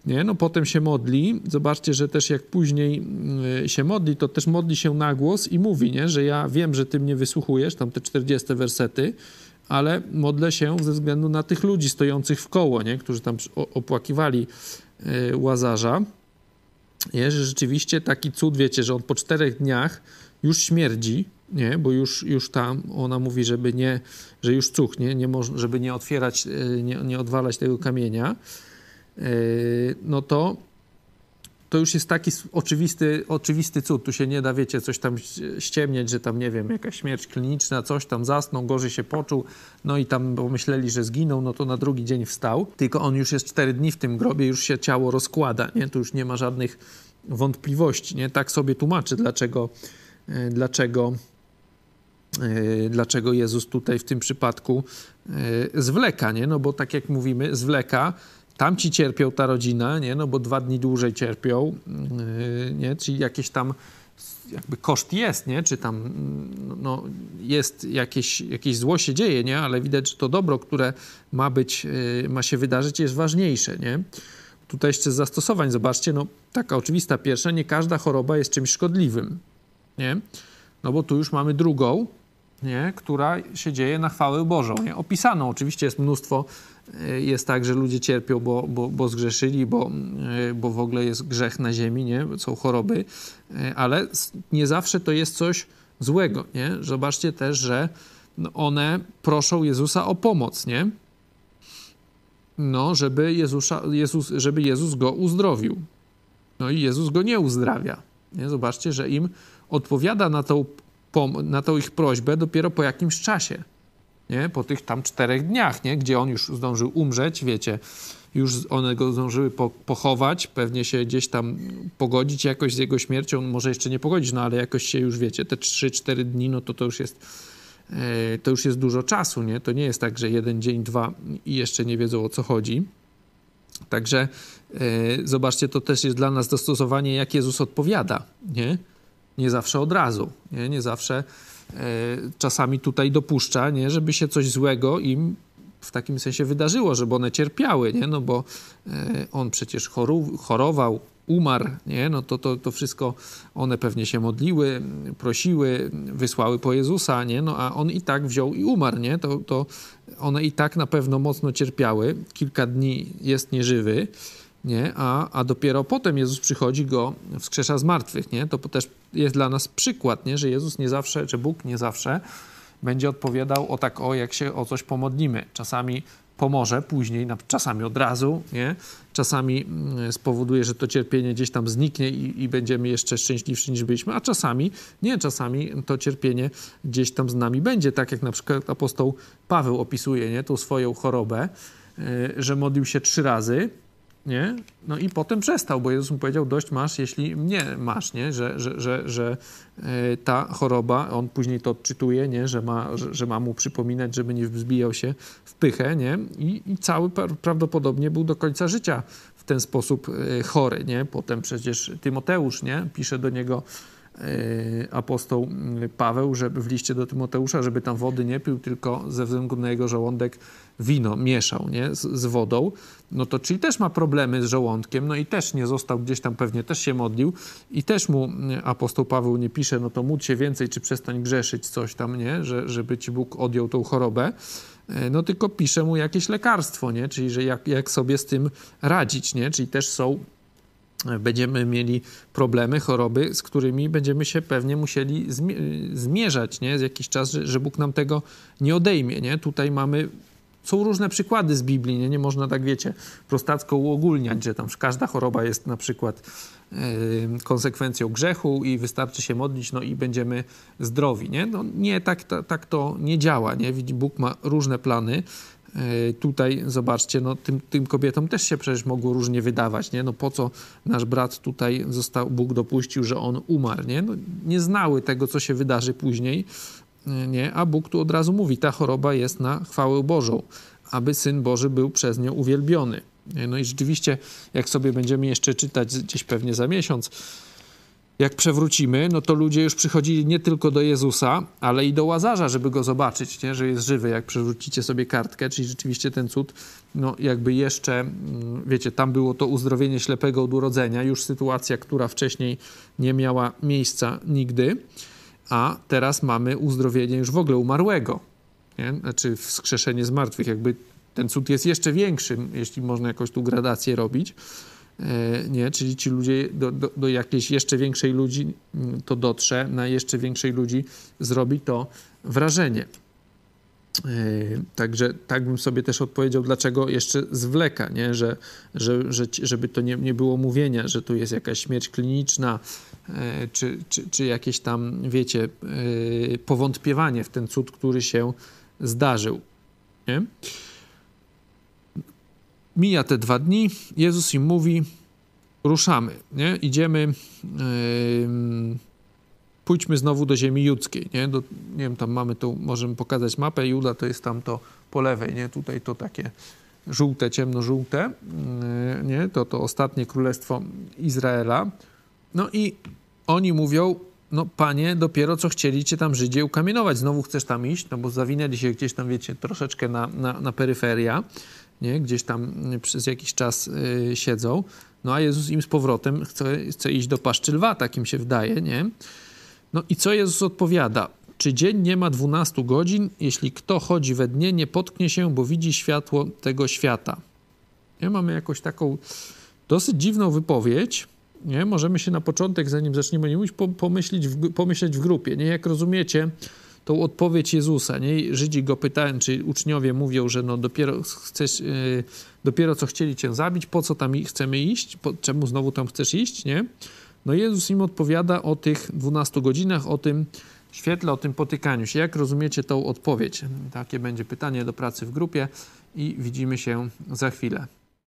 [SPEAKER 1] Nie? No potem się modli. Zobaczcie, że też jak później się modli, to też modli się na głos i mówi, nie? Że ja wiem, że ty mnie wysłuchujesz, tam te czterdzieste wersety, ale modlę się ze względu na tych ludzi stojących w koło, nie? Którzy tam opłakiwali Łazarza. Nie? Że rzeczywiście taki cud, wiecie, że on po czterech dniach już śmierdzi, nie? Bo już, już tam ona mówi, żeby nie, że już cuchnie, nie można, żeby nie otwierać, nie, nie odwalać tego kamienia. No to to już jest taki oczywisty, oczywisty cud. Tu się nie da, wiecie, coś tam ściemniać, że tam, nie wiem, jakaś śmierć kliniczna, coś tam zasnął, gorzej się poczuł, no i tam pomyśleli, że zginął, no to na drugi dzień wstał. Tylko on już jest cztery dni w tym grobie, już się ciało rozkłada, nie? Tu już nie ma żadnych wątpliwości, nie? Tak sobie tłumaczy, dlaczego, dlaczego, dlaczego Jezus tutaj w tym przypadku zwleka, nie? No bo tak jak mówimy, zwleka. Tam ci cierpią ta rodzina, nie? No bo dwa dni dłużej cierpią, yy, nie? Czyli jakieś tam jakby koszt jest, nie? Czy tam no, jest jakieś, jakieś zło się dzieje, nie? Ale widać, że to dobro, które ma być, yy, ma się wydarzyć, jest ważniejsze, nie? Tutaj jeszcze z zastosowań, zobaczcie, no taka oczywista pierwsza, nie każda choroba jest czymś szkodliwym, nie? No bo tu już mamy drugą, nie? Która się dzieje na chwałę Bożą, nie? Opisaną. Oczywiście jest mnóstwo, jest tak, że ludzie cierpią, bo, bo, bo zgrzeszyli, bo, bo w ogóle jest grzech na ziemi, nie? Są choroby, ale nie zawsze to jest coś złego, nie? Zobaczcie też, że one proszą Jezusa o pomoc, nie? No, żeby, Jezusa, Jezus, żeby Jezus go uzdrowił. No i Jezus go nie uzdrawia, nie? Zobaczcie, że im odpowiada na tą na tą ich prośbę dopiero po jakimś czasie, nie? Po tych tam czterech dniach, nie? Gdzie on już zdążył umrzeć, wiecie, już one go zdążyły po, pochować, pewnie się gdzieś tam pogodzić jakoś z jego śmiercią, może jeszcze nie pogodzić, no ale jakoś się już, wiecie, te trzy cztery dni, no to to już jest e, to już jest dużo czasu, nie? To nie jest tak, że jeden dzień, dwa i jeszcze nie wiedzą, o co chodzi. Także e, zobaczcie, to też jest dla nas dostosowanie, jak Jezus odpowiada, nie? Nie zawsze od razu, nie, nie zawsze e, czasami tutaj dopuszcza, nie, żeby się coś złego im w takim sensie wydarzyło, żeby one cierpiały, nie, no bo e, on przecież choru, chorował, umarł, nie, no to, to, to wszystko one pewnie się modliły, prosiły, wysłały po Jezusa, nie, no a on i tak wziął i umarł, nie, to, to one i tak na pewno mocno cierpiały, kilka dni jest nieżywy, nie? A, a dopiero potem Jezus przychodzi, go wskrzesza z martwych, nie? To też jest dla nas przykład, nie? Że Jezus nie zawsze, czy Bóg nie zawsze będzie odpowiadał o tak, o jak się o coś pomodlimy. Czasami pomoże później, czasami od razu, nie? Czasami spowoduje, że to cierpienie gdzieś tam zniknie i, i będziemy jeszcze szczęśliwsi niż byliśmy, a czasami nie, czasami to cierpienie gdzieś tam z nami będzie, tak jak na przykład apostoł Paweł opisuje, nie? Tą swoją chorobę, yy, że modlił się trzy razy, nie? No i potem przestał, bo Jezus mu powiedział, dość masz, jeśli mnie masz, nie? Że, że, że, że yy, ta choroba, on później to odczytuje, nie? Że, ma, że, że ma mu przypominać, żeby nie wzbijał się w pychę, nie? I, i cały prawdopodobnie był do końca życia w ten sposób yy, chory, nie? Potem przecież Tymoteusz, nie? Pisze do niego yy, apostoł Paweł, żeby w liście do Tymoteusza, żeby tam wody nie pił, tylko ze względu na jego żołądek wino mieszał, nie? Z, z wodą. No to czyli też ma problemy z żołądkiem, no i też nie został gdzieś tam, pewnie też się modlił i też mu apostoł Paweł nie pisze, no to módl się więcej, czy przestań grzeszyć, coś tam, nie? Że, żeby ci Bóg odjął tą chorobę, no tylko pisze mu jakieś lekarstwo, nie? Czyli że jak, jak sobie z tym radzić, nie? Czyli też są, będziemy mieli problemy, choroby, z którymi będziemy się pewnie musieli zmierzać, nie? Z jakiś czas, że, że Bóg nam tego nie odejmie, nie? Tutaj mamy Są różne przykłady z Biblii, nie, nie można tak, wiecie, prostacko uogólniać, że tam każda choroba jest na przykład yy, konsekwencją grzechu i wystarczy się modlić, no i będziemy zdrowi, nie? No nie, tak, ta, tak to nie działa, nie? Bóg ma różne plany. Yy, tutaj zobaczcie, no tym, tym kobietom też się przecież mogło różnie wydawać, nie? No po co nasz brat tutaj został, Bóg dopuścił, że on umarł, nie? No, nie znały tego, co się wydarzy później, nie? A Bóg tu od razu mówi, ta choroba jest na chwałę Bożą, aby Syn Boży był przez nią uwielbiony. No i rzeczywiście, jak sobie będziemy jeszcze czytać gdzieś pewnie za miesiąc, jak przewrócimy, no to ludzie już przychodzili nie tylko do Jezusa, ale i do Łazarza, żeby go zobaczyć, nie? Że jest żywy, jak przewrócicie sobie kartkę, czyli rzeczywiście ten cud, no jakby jeszcze, wiecie, tam było to uzdrowienie ślepego od urodzenia, już sytuacja, która wcześniej nie miała miejsca nigdy, a teraz mamy uzdrowienie już w ogóle umarłego, nie? Znaczy wskrzeszenie z martwych, jakby ten cud jest jeszcze większy, jeśli można jakoś tu gradację robić. Nie, czyli ci ludzie, do, do, do jakiejś jeszcze większej ludzi to dotrze, na jeszcze większej ludzi zrobi to wrażenie. Także tak bym sobie też odpowiedział, dlaczego jeszcze zwleka, nie? Że, że, że, żeby to nie, nie było mówienia, że tu jest jakaś śmierć kliniczna, czy, czy, czy jakieś tam, wiecie, powątpiewanie w ten cud, który się zdarzył. Nie? Mija te dwa dni, Jezus im mówi, ruszamy, nie? Idziemy, yy, pójdźmy znowu do ziemi judzkiej, nie? Do, nie wiem, tam mamy tu, możemy pokazać mapę, Juda to jest tam to po lewej, nie? Tutaj to takie żółte, ciemno-żółte, yy, nie? To to ostatnie królestwo Izraela. No i oni mówią, no panie, dopiero co chcieli cię tam Żydzie ukamienować, znowu chcesz tam iść, no bo zawinęli się gdzieś tam, wiecie, troszeczkę na, na, na peryferia, nie? Gdzieś tam przez jakiś czas y, siedzą, no a Jezus im z powrotem chce, chce iść do paszczy lwa, tak im się wydaje, nie? No i co Jezus odpowiada? Czy dzień nie ma dwunastu godzin? Jeśli kto chodzi we dnie, nie potknie się, bo widzi światło tego świata. Nie? Mamy jakąś taką dosyć dziwną wypowiedź, nie? Możemy się na początek, zanim zaczniemy nie mówić, pomyśleć w, pomyśleć w grupie, nie? Jak rozumiecie tą odpowiedź Jezusa, nie? Żydzi go pytają, czy uczniowie mówią, że no dopiero, chcesz, yy, dopiero co chcieli cię zabić, po co tam chcemy iść, po, czemu znowu tam chcesz iść, nie? No Jezus im odpowiada o tych dwunastu godzinach, o tym świetle, o tym potykaniu się. Jak rozumiecie tą odpowiedź? Takie będzie pytanie do pracy w grupie i widzimy się za chwilę.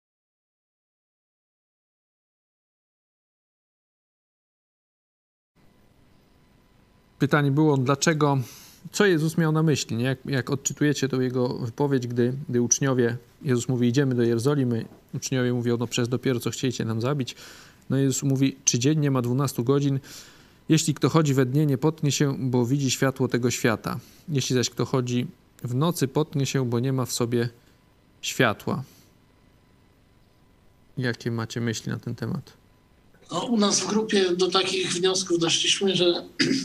[SPEAKER 1] Pytanie było, dlaczego, co Jezus miał na myśli, nie? Jak, jak odczytujecie tą jego wypowiedź, gdy, gdy uczniowie, Jezus mówi, idziemy do Jerozolimy, uczniowie mówią, no przez dopiero co chcieliście nam zabić. No Jezus mówi, czy dzień nie ma dwunastu godzin? Jeśli kto chodzi we dnie, nie potknie się, bo widzi światło tego świata. Jeśli zaś kto chodzi w nocy, potknie się, bo nie ma w sobie światła. Jakie macie myśli na ten temat?
[SPEAKER 6] No, u nas w grupie do takich wniosków doszliśmy, że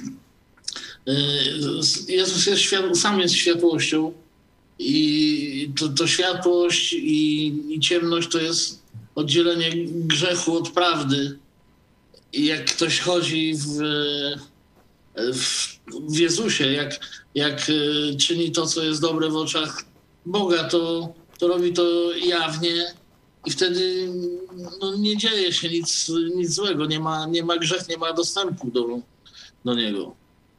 [SPEAKER 6] Jezus jest świat, sam jest światłością i to, to światłość i, i ciemność to jest oddzielenie grzechu od prawdy. I jak ktoś chodzi w, w, w Jezusie, jak, jak czyni to, co jest dobre w oczach Boga, to, to robi to jawnie i wtedy no, nie dzieje się nic, nic złego, nie ma, nie ma grzech, nie ma dostępu do, do niego.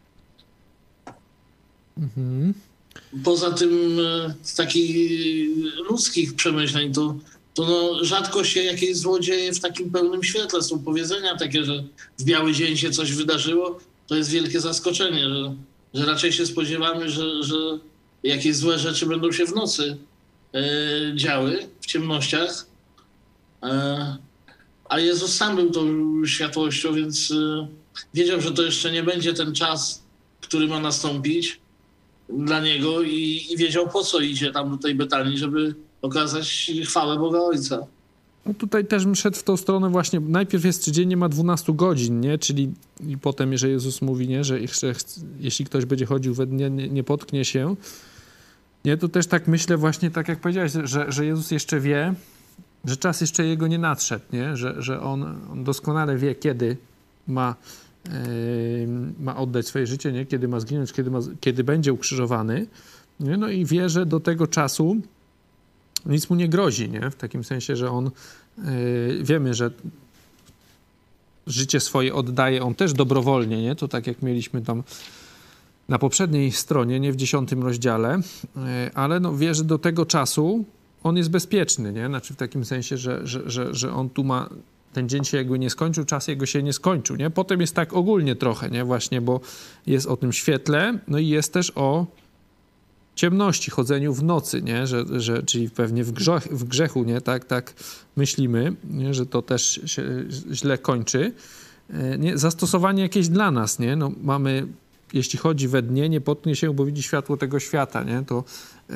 [SPEAKER 1] Mhm.
[SPEAKER 6] Poza tym z takich ludzkich przemyśleń to, to no, rzadko się jakieś złodzieje w takim pełnym świetle. Są powiedzenia takie, że w biały dzień się coś wydarzyło. To jest wielkie zaskoczenie, że, że raczej się spodziewamy, że, że jakieś złe rzeczy będą się w nocy e, działy, w ciemnościach. E, a Jezus sam był tą światłością, więc e, wiedział, że to jeszcze nie będzie ten czas, który ma nastąpić dla niego i, i wiedział, po co idzie tam do tej Betanii, żeby okazać chwałę Boga Ojca.
[SPEAKER 1] No tutaj też bym szedł w tą stronę właśnie, najpierw jest, czy dzień nie ma dwunastu godzin, nie? Czyli i potem, że Jezus mówi, nie? Że, że jeśli ktoś będzie chodził we dnie, nie, nie potknie się. Nie, to też tak myślę właśnie, tak jak powiedziałeś, że, że Jezus jeszcze wie, że czas jeszcze jego nie nadszedł, nie? Że, że on, on doskonale wie, kiedy ma ma oddać swoje życie, nie? Kiedy ma zginąć, kiedy, ma, kiedy będzie ukrzyżowany. Nie? No i wie, że do tego czasu nic mu nie grozi, nie? W takim sensie, że on yy, wiemy, że życie swoje oddaje on też dobrowolnie, nie? To tak jak mieliśmy tam na poprzedniej stronie, nie w dziesiątym rozdziale, yy, ale no wie, że do tego czasu on jest bezpieczny, nie? Znaczy w takim sensie, że, że, że, że on tu ma ten dzień się jakby nie skończył, czas jego się nie skończył, nie? Potem jest tak ogólnie trochę, nie? Właśnie, bo jest o tym świetle, no i jest też o ciemności, chodzeniu w nocy, nie? Że, że, czyli pewnie w, grzech, w grzechu, nie? Tak, tak myślimy, nie? Że to też się źle kończy. nie, zastosowanie jakieś dla nas, nie? No, mamy, jeśli chodzi we dnie, nie potknie się, bo widzi światło tego świata, nie? To yy,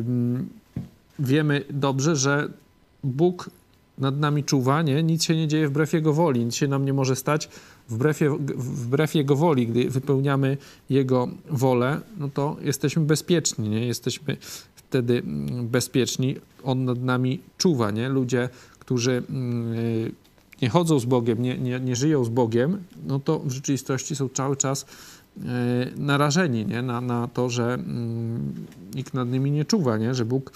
[SPEAKER 1] wiemy dobrze, że Bóg nad nami czuwa, nie? Nic się nie dzieje wbrew Jego woli, nic się nam nie może stać wbrew, wbrew Jego woli. Gdy wypełniamy Jego wolę, no to jesteśmy bezpieczni, nie? Jesteśmy wtedy bezpieczni. On nad nami czuwa, nie? Ludzie, którzy yy, nie chodzą z Bogiem, nie, nie, nie żyją z Bogiem, no to w rzeczywistości są cały czas yy, narażeni, nie? Na, na to, że yy, nikt nad nimi nie czuwa, nie? Że Bóg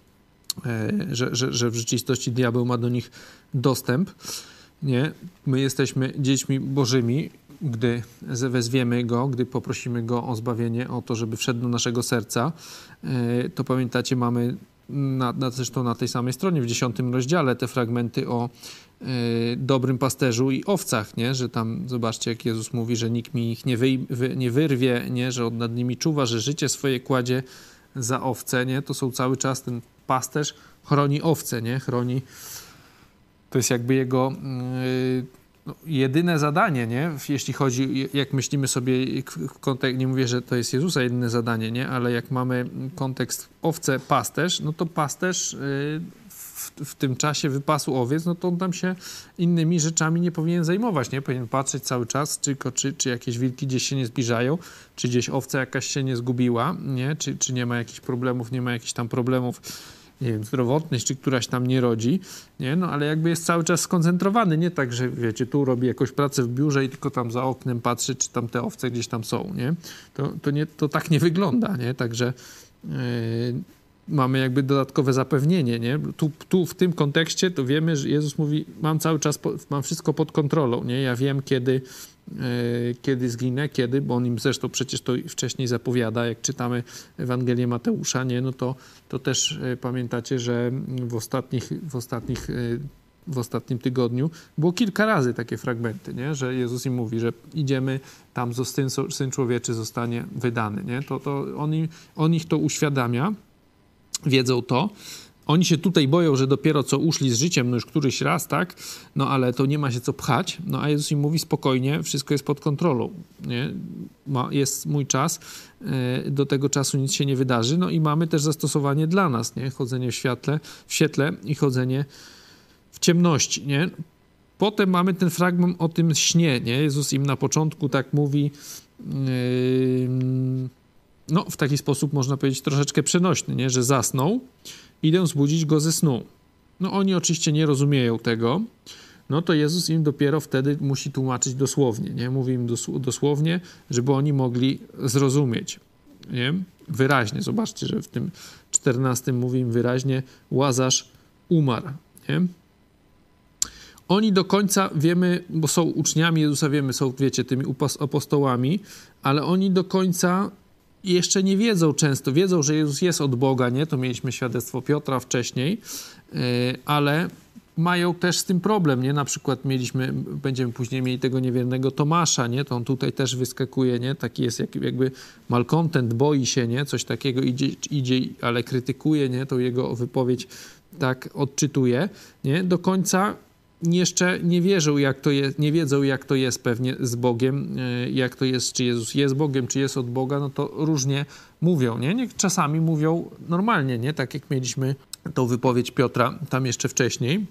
[SPEAKER 1] Że, że, że w rzeczywistości diabeł ma do nich dostęp. Nie? My jesteśmy dziećmi Bożymi, gdy wezwiemy Go, gdy poprosimy Go o zbawienie, o to, żeby wszedł do naszego serca. To pamiętacie, mamy na, na, zresztą na tej samej stronie, w dziesiątym rozdziale, te fragmenty o y, dobrym pasterzu i owcach, nie? Że tam, zobaczcie, jak Jezus mówi, że nikt mi ich nie, wy, wy, nie wyrwie, nie? Że on nad nimi czuwa, że życie swoje kładzie za owce, nie? To są cały czas, ten pasterz chroni owce, nie? Chroni, to jest jakby jego yy, no, jedyne zadanie, nie? Jeśli chodzi, jak myślimy sobie w kontekście, nie mówię, że to jest Jezusa jedyne zadanie, nie? Ale jak mamy kontekst owce, pasterz, no to pasterz yy, w, w tym czasie wypasu owiec, no to on tam się innymi rzeczami nie powinien zajmować, nie? Powinien patrzeć cały czas, tylko czy, czy jakieś wilki gdzieś się nie zbliżają, czy gdzieś owca jakaś się nie zgubiła, nie? Czy, czy nie ma jakichś problemów, nie ma jakichś tam problemów, nie wiem, zdrowotnych, czy któraś tam nie rodzi, nie? No ale jakby jest cały czas skoncentrowany, nie tak, że wiecie, tu robi jakąś pracę w biurze i tylko tam za oknem patrzy, czy tam te owce gdzieś tam są, nie? To, to, nie, to tak nie wygląda, nie? Także yy, mamy jakby dodatkowe zapewnienie, nie? Tu, tu w tym kontekście to wiemy, że Jezus mówi, mam cały czas, po, mam wszystko pod kontrolą, nie? Ja wiem, kiedy, yy, kiedy zginę, kiedy, bo on im zresztą przecież to wcześniej zapowiada, jak czytamy Ewangelię Mateusza, nie? No to, to też yy, pamiętacie, że w ostatnich, w ostatnich yy, w ostatnim tygodniu było kilka razy takie fragmenty, nie? Że Jezus im mówi, że idziemy, tam syn, syn człowieczy zostanie wydany, nie? To, to on, im, on ich to uświadamia, wiedzą to. Oni się tutaj boją, że dopiero co uszli z życiem, no już któryś raz, tak? No ale to nie ma się co pchać. No a Jezus im mówi spokojnie, wszystko jest pod kontrolą, nie? Ma, jest mój czas, yy, do tego czasu nic się nie wydarzy. No i mamy też zastosowanie dla nas, nie? Chodzenie w świetle, w świetle i chodzenie w ciemności, nie? Potem mamy ten fragment o tym śnie, nie? Jezus im na początku tak mówi, yy, no w taki sposób można powiedzieć troszeczkę przenośny, nie? Że zasnął, idę zbudzić go ze snu. No oni oczywiście nie rozumieją tego, no to Jezus im dopiero wtedy musi tłumaczyć dosłownie, nie? Mówi im dos- dosłownie, żeby oni mogli zrozumieć, nie? Wyraźnie, zobaczcie, że w tym czternastym mówi im wyraźnie, Łazarz umarł, nie? Oni do końca wiemy, bo są uczniami Jezusa, wiemy, są, wiecie, tymi apostołami, ale oni do końca jeszcze nie wiedzą często. Wiedzą, że Jezus jest od Boga, nie? To mieliśmy świadectwo Piotra wcześniej, yy, ale mają też z tym problem, nie? Na przykład mieliśmy, będziemy później mieli tego niewiernego Tomasza, nie? To on tutaj też wyskakuje, nie? Taki jest jak, jakby malkontent, boi się, nie? Coś takiego idzie, idzie, ale krytykuje, nie? To jego wypowiedź tak odczytuje, nie? Do końca jeszcze nie wierzą, jak to jest, nie wiedzą, jak to jest pewnie z Bogiem, jak to jest, czy Jezus jest Bogiem, czy jest od Boga, no to różnie mówią, nie? nie? Czasami mówią normalnie, nie? Tak jak mieliśmy tą wypowiedź Piotra tam jeszcze wcześniej,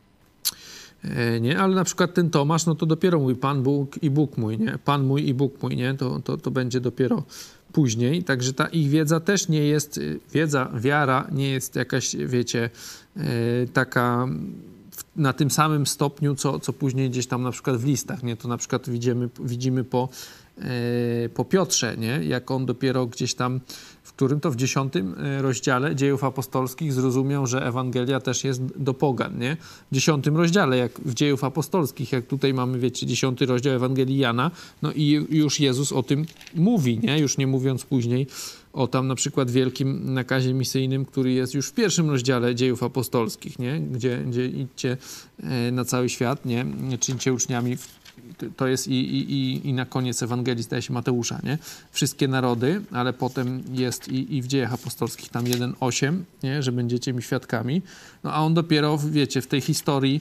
[SPEAKER 1] nie? Ale na przykład ten Tomasz, no to dopiero mówi Pan Bóg i Bóg mój, nie? Pan mój i Bóg mój, nie? To, to, to będzie dopiero później, także ta ich wiedza też nie jest, wiedza, wiara nie jest jakaś, wiecie, taka na tym samym stopniu, co, co później gdzieś tam na przykład w listach, nie? To na przykład widzimy, widzimy po, e, po Piotrze, nie? Jak on dopiero gdzieś tam, w którym to w dziesiątym rozdziale Dziejów Apostolskich zrozumiał, że Ewangelia też jest do pogan, nie? W dziesiątym rozdziale, jak w Dziejów Apostolskich, jak tutaj mamy, wiecie, dziesiąty rozdział Ewangelii Jana, no i już Jezus o tym mówi, nie? Już nie mówiąc później o tam na przykład wielkim nakazie misyjnym, który jest już w pierwszym rozdziale Dziejów Apostolskich, nie? Gdzie, gdzie idźcie na cały świat, nie? Czyńcie uczniami, to jest i, i, i, i na koniec Ewangelii staje się Mateusza, nie? Wszystkie narody, ale potem jest i, i w Dziejach Apostolskich tam jeden osiem, nie? Że będziecie mi świadkami. No a on dopiero, wiecie, w tej historii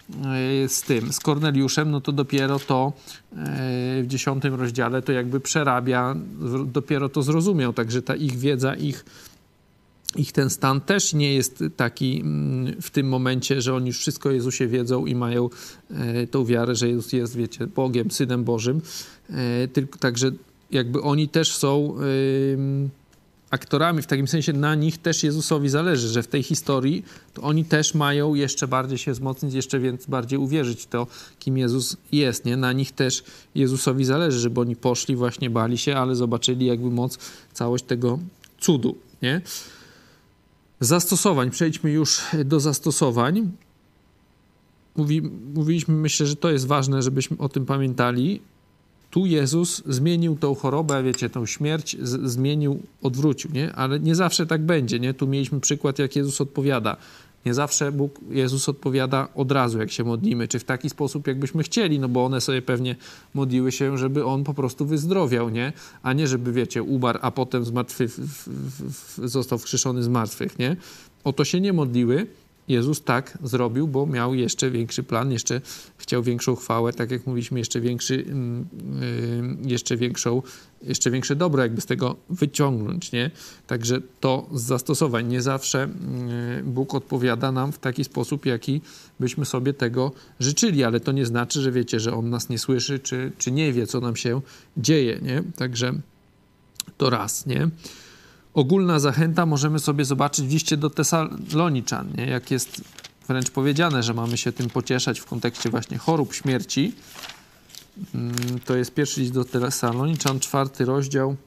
[SPEAKER 1] z tym, z Korneliuszem, no to dopiero to w dziesiątym rozdziale to jakby przerabia, dopiero to zrozumiał, także ta ich wiedza, ich, ich ten stan też nie jest taki w tym momencie, że oni już wszystko o Jezusie wiedzą i mają tą wiarę, że Jezus jest, wiecie, Bogiem, Synem Bożym, tylko także jakby oni też są aktorami, w takim sensie na nich też Jezusowi zależy, że w tej historii to oni też mają jeszcze bardziej się wzmocnić, jeszcze więcej bardziej uwierzyć w to, kim Jezus jest, nie? Na nich też Jezusowi zależy, żeby oni poszli, właśnie bali się, ale zobaczyli jakby moc, całość tego cudu, nie? Zastosowań. Przejdźmy już do zastosowań. Mówi, mówiliśmy, myślę, że to jest ważne, żebyśmy o tym pamiętali. Tu Jezus zmienił tą chorobę, wiecie, tą śmierć, z, zmienił, odwrócił, nie? Ale nie zawsze tak będzie, nie? Tu mieliśmy przykład, jak Jezus odpowiada. Nie zawsze Bóg, Jezus odpowiada od razu, jak się modlimy, czy w taki sposób, jakbyśmy chcieli, no bo one sobie pewnie modliły się, żeby On po prostu wyzdrowiał, nie? A nie, żeby, wiecie, umarł, a potem zmartwy, w, w, w, został wskrzeszony z martwych, nie? O to się nie modliły. Jezus tak zrobił, bo miał jeszcze większy plan, jeszcze chciał większą chwałę, tak jak mówiliśmy, jeszcze większy, yy, jeszcze większą, jeszcze większe dobro jakby z tego wyciągnąć, nie? Także to z zastosowań. Nie zawsze yy, Bóg odpowiada nam w taki sposób, jaki byśmy sobie tego życzyli, ale to nie znaczy, że wiecie, że On nas nie słyszy, czy, czy nie wie, co nam się dzieje, nie? Także to raz, nie? Ogólna zachęta możemy sobie zobaczyć w liście do Tesaloniczan, nie? Jak jest wręcz powiedziane, że mamy się tym pocieszać w kontekście właśnie chorób, śmierci. To jest pierwszy list do Tesaloniczan, czwarty rozdział,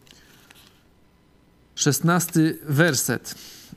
[SPEAKER 1] szesnasty werset.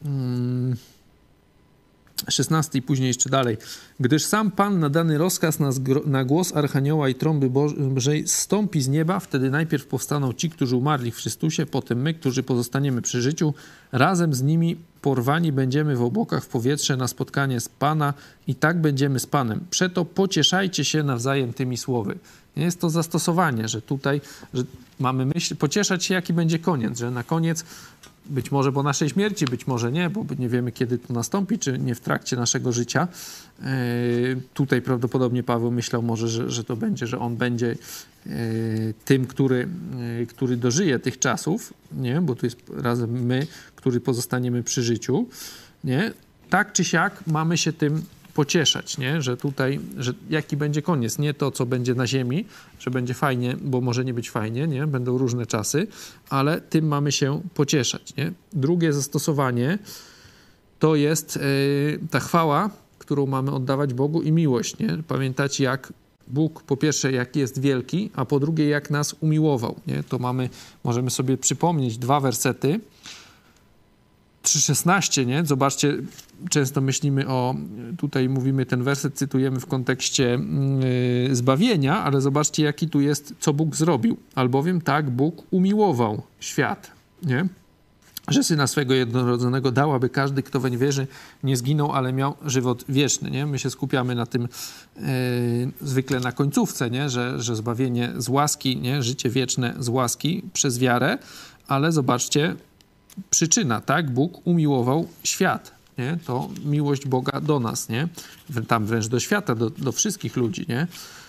[SPEAKER 1] szesnasty i później jeszcze dalej. Gdyż sam Pan na dany rozkaz na, na głos Archanioła i trąby Bożej zstąpi z nieba, wtedy najpierw powstaną ci, którzy umarli w Chrystusie, potem my, którzy pozostaniemy przy życiu, razem z nimi porwani będziemy w obłokach w powietrze na spotkanie z Pana i tak będziemy z Panem. Przeto pocieszajcie się nawzajem tymi słowy. Nie jest to zastosowanie, że tutaj że mamy myśl, pocieszać się, jaki będzie koniec, że na koniec być może po naszej śmierci, być może nie, bo nie wiemy, kiedy to nastąpi, czy nie w trakcie naszego życia. Yy, tutaj prawdopodobnie Paweł myślał może, że, że to będzie, że on będzie yy, tym, który, yy, który dożyje tych czasów, nie? Bo tu jest razem my, który pozostaniemy przy życiu. Nie? Tak czy siak mamy się tym pocieszać, nie? Że tutaj, że jaki będzie koniec, nie to, co będzie na ziemi, że będzie fajnie, bo może nie być fajnie, nie? Będą różne czasy, ale tym mamy się pocieszać, nie? Drugie zastosowanie to jest yy, ta chwała, którą mamy oddawać Bogu i miłość, nie? Pamiętacie, jak Bóg po pierwsze, jak jest wielki, a po drugie, jak nas umiłował, nie? To mamy, możemy sobie przypomnieć dwa wersety, trzy szesnaście, nie? Zobaczcie, często myślimy o, tutaj mówimy, ten werset cytujemy w kontekście yy, zbawienia, ale zobaczcie, jaki tu jest, co Bóg zrobił. Albowiem tak Bóg umiłował świat, nie? Że Syna swego jednorodzonego dał, aby każdy, kto weń wierzy, nie zginął, ale miał żywot wieczny, nie? My się skupiamy na tym yy, zwykle na końcówce, nie? Że, że zbawienie z łaski, nie? Życie wieczne z łaski przez wiarę, ale zobaczcie, przyczyna, tak? Bóg umiłował świat, nie? To miłość Boga do nas, nie? Tam wręcz do świata, do, do wszystkich ludzi, nie?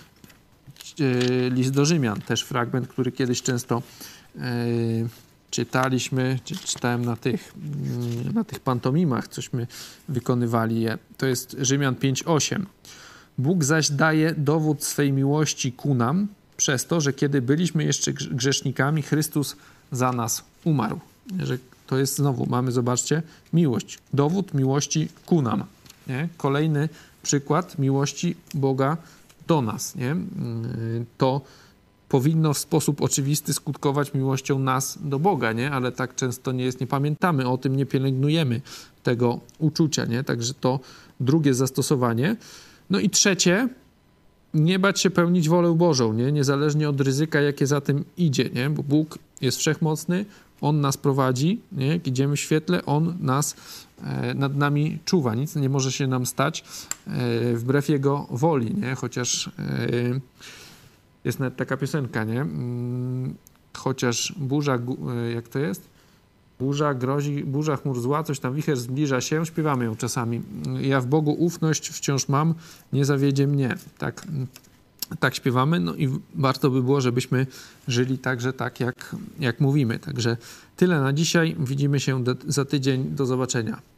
[SPEAKER 1] List do Rzymian, też fragment, który kiedyś często yy, czytaliśmy, czy czytałem na tych, yy, na tych pantomimach, cośmy wykonywali je. To jest Rzymian pięć osiem. Bóg zaś daje dowód swej miłości ku nam przez to, że kiedy byliśmy jeszcze grzesznikami, Chrystus za nas umarł. Że to jest znowu, mamy, zobaczcie, miłość. Dowód miłości ku nam. Nie? Kolejny przykład miłości Boga do nas. Nie? To powinno w sposób oczywisty skutkować miłością nas do Boga, nie? Ale tak często nie jest, nie pamiętamy o tym, nie pielęgnujemy tego uczucia. Nie? Także to drugie zastosowanie. No i trzecie, nie bać się pełnić wolę Bożą, nie? Niezależnie od ryzyka, jakie za tym idzie, nie? Bo Bóg jest wszechmocny, On nas prowadzi, nie? Jak idziemy w świetle, On nas e, nad nami czuwa. Nic nie może się nam stać e, wbrew Jego woli, nie? Chociaż e, jest nawet taka piosenka, nie? Mm, chociaż burza, e, jak to jest? Burza grozi, burza chmur zła, coś tam, wicher zbliża się, śpiewamy ją czasami. Ja w Bogu ufność wciąż mam, nie zawiedzie mnie. Tak, tak śpiewamy, no i warto by było, żebyśmy żyli także tak, jak, jak mówimy. Także tyle na dzisiaj. Widzimy się do, za tydzień. Do zobaczenia.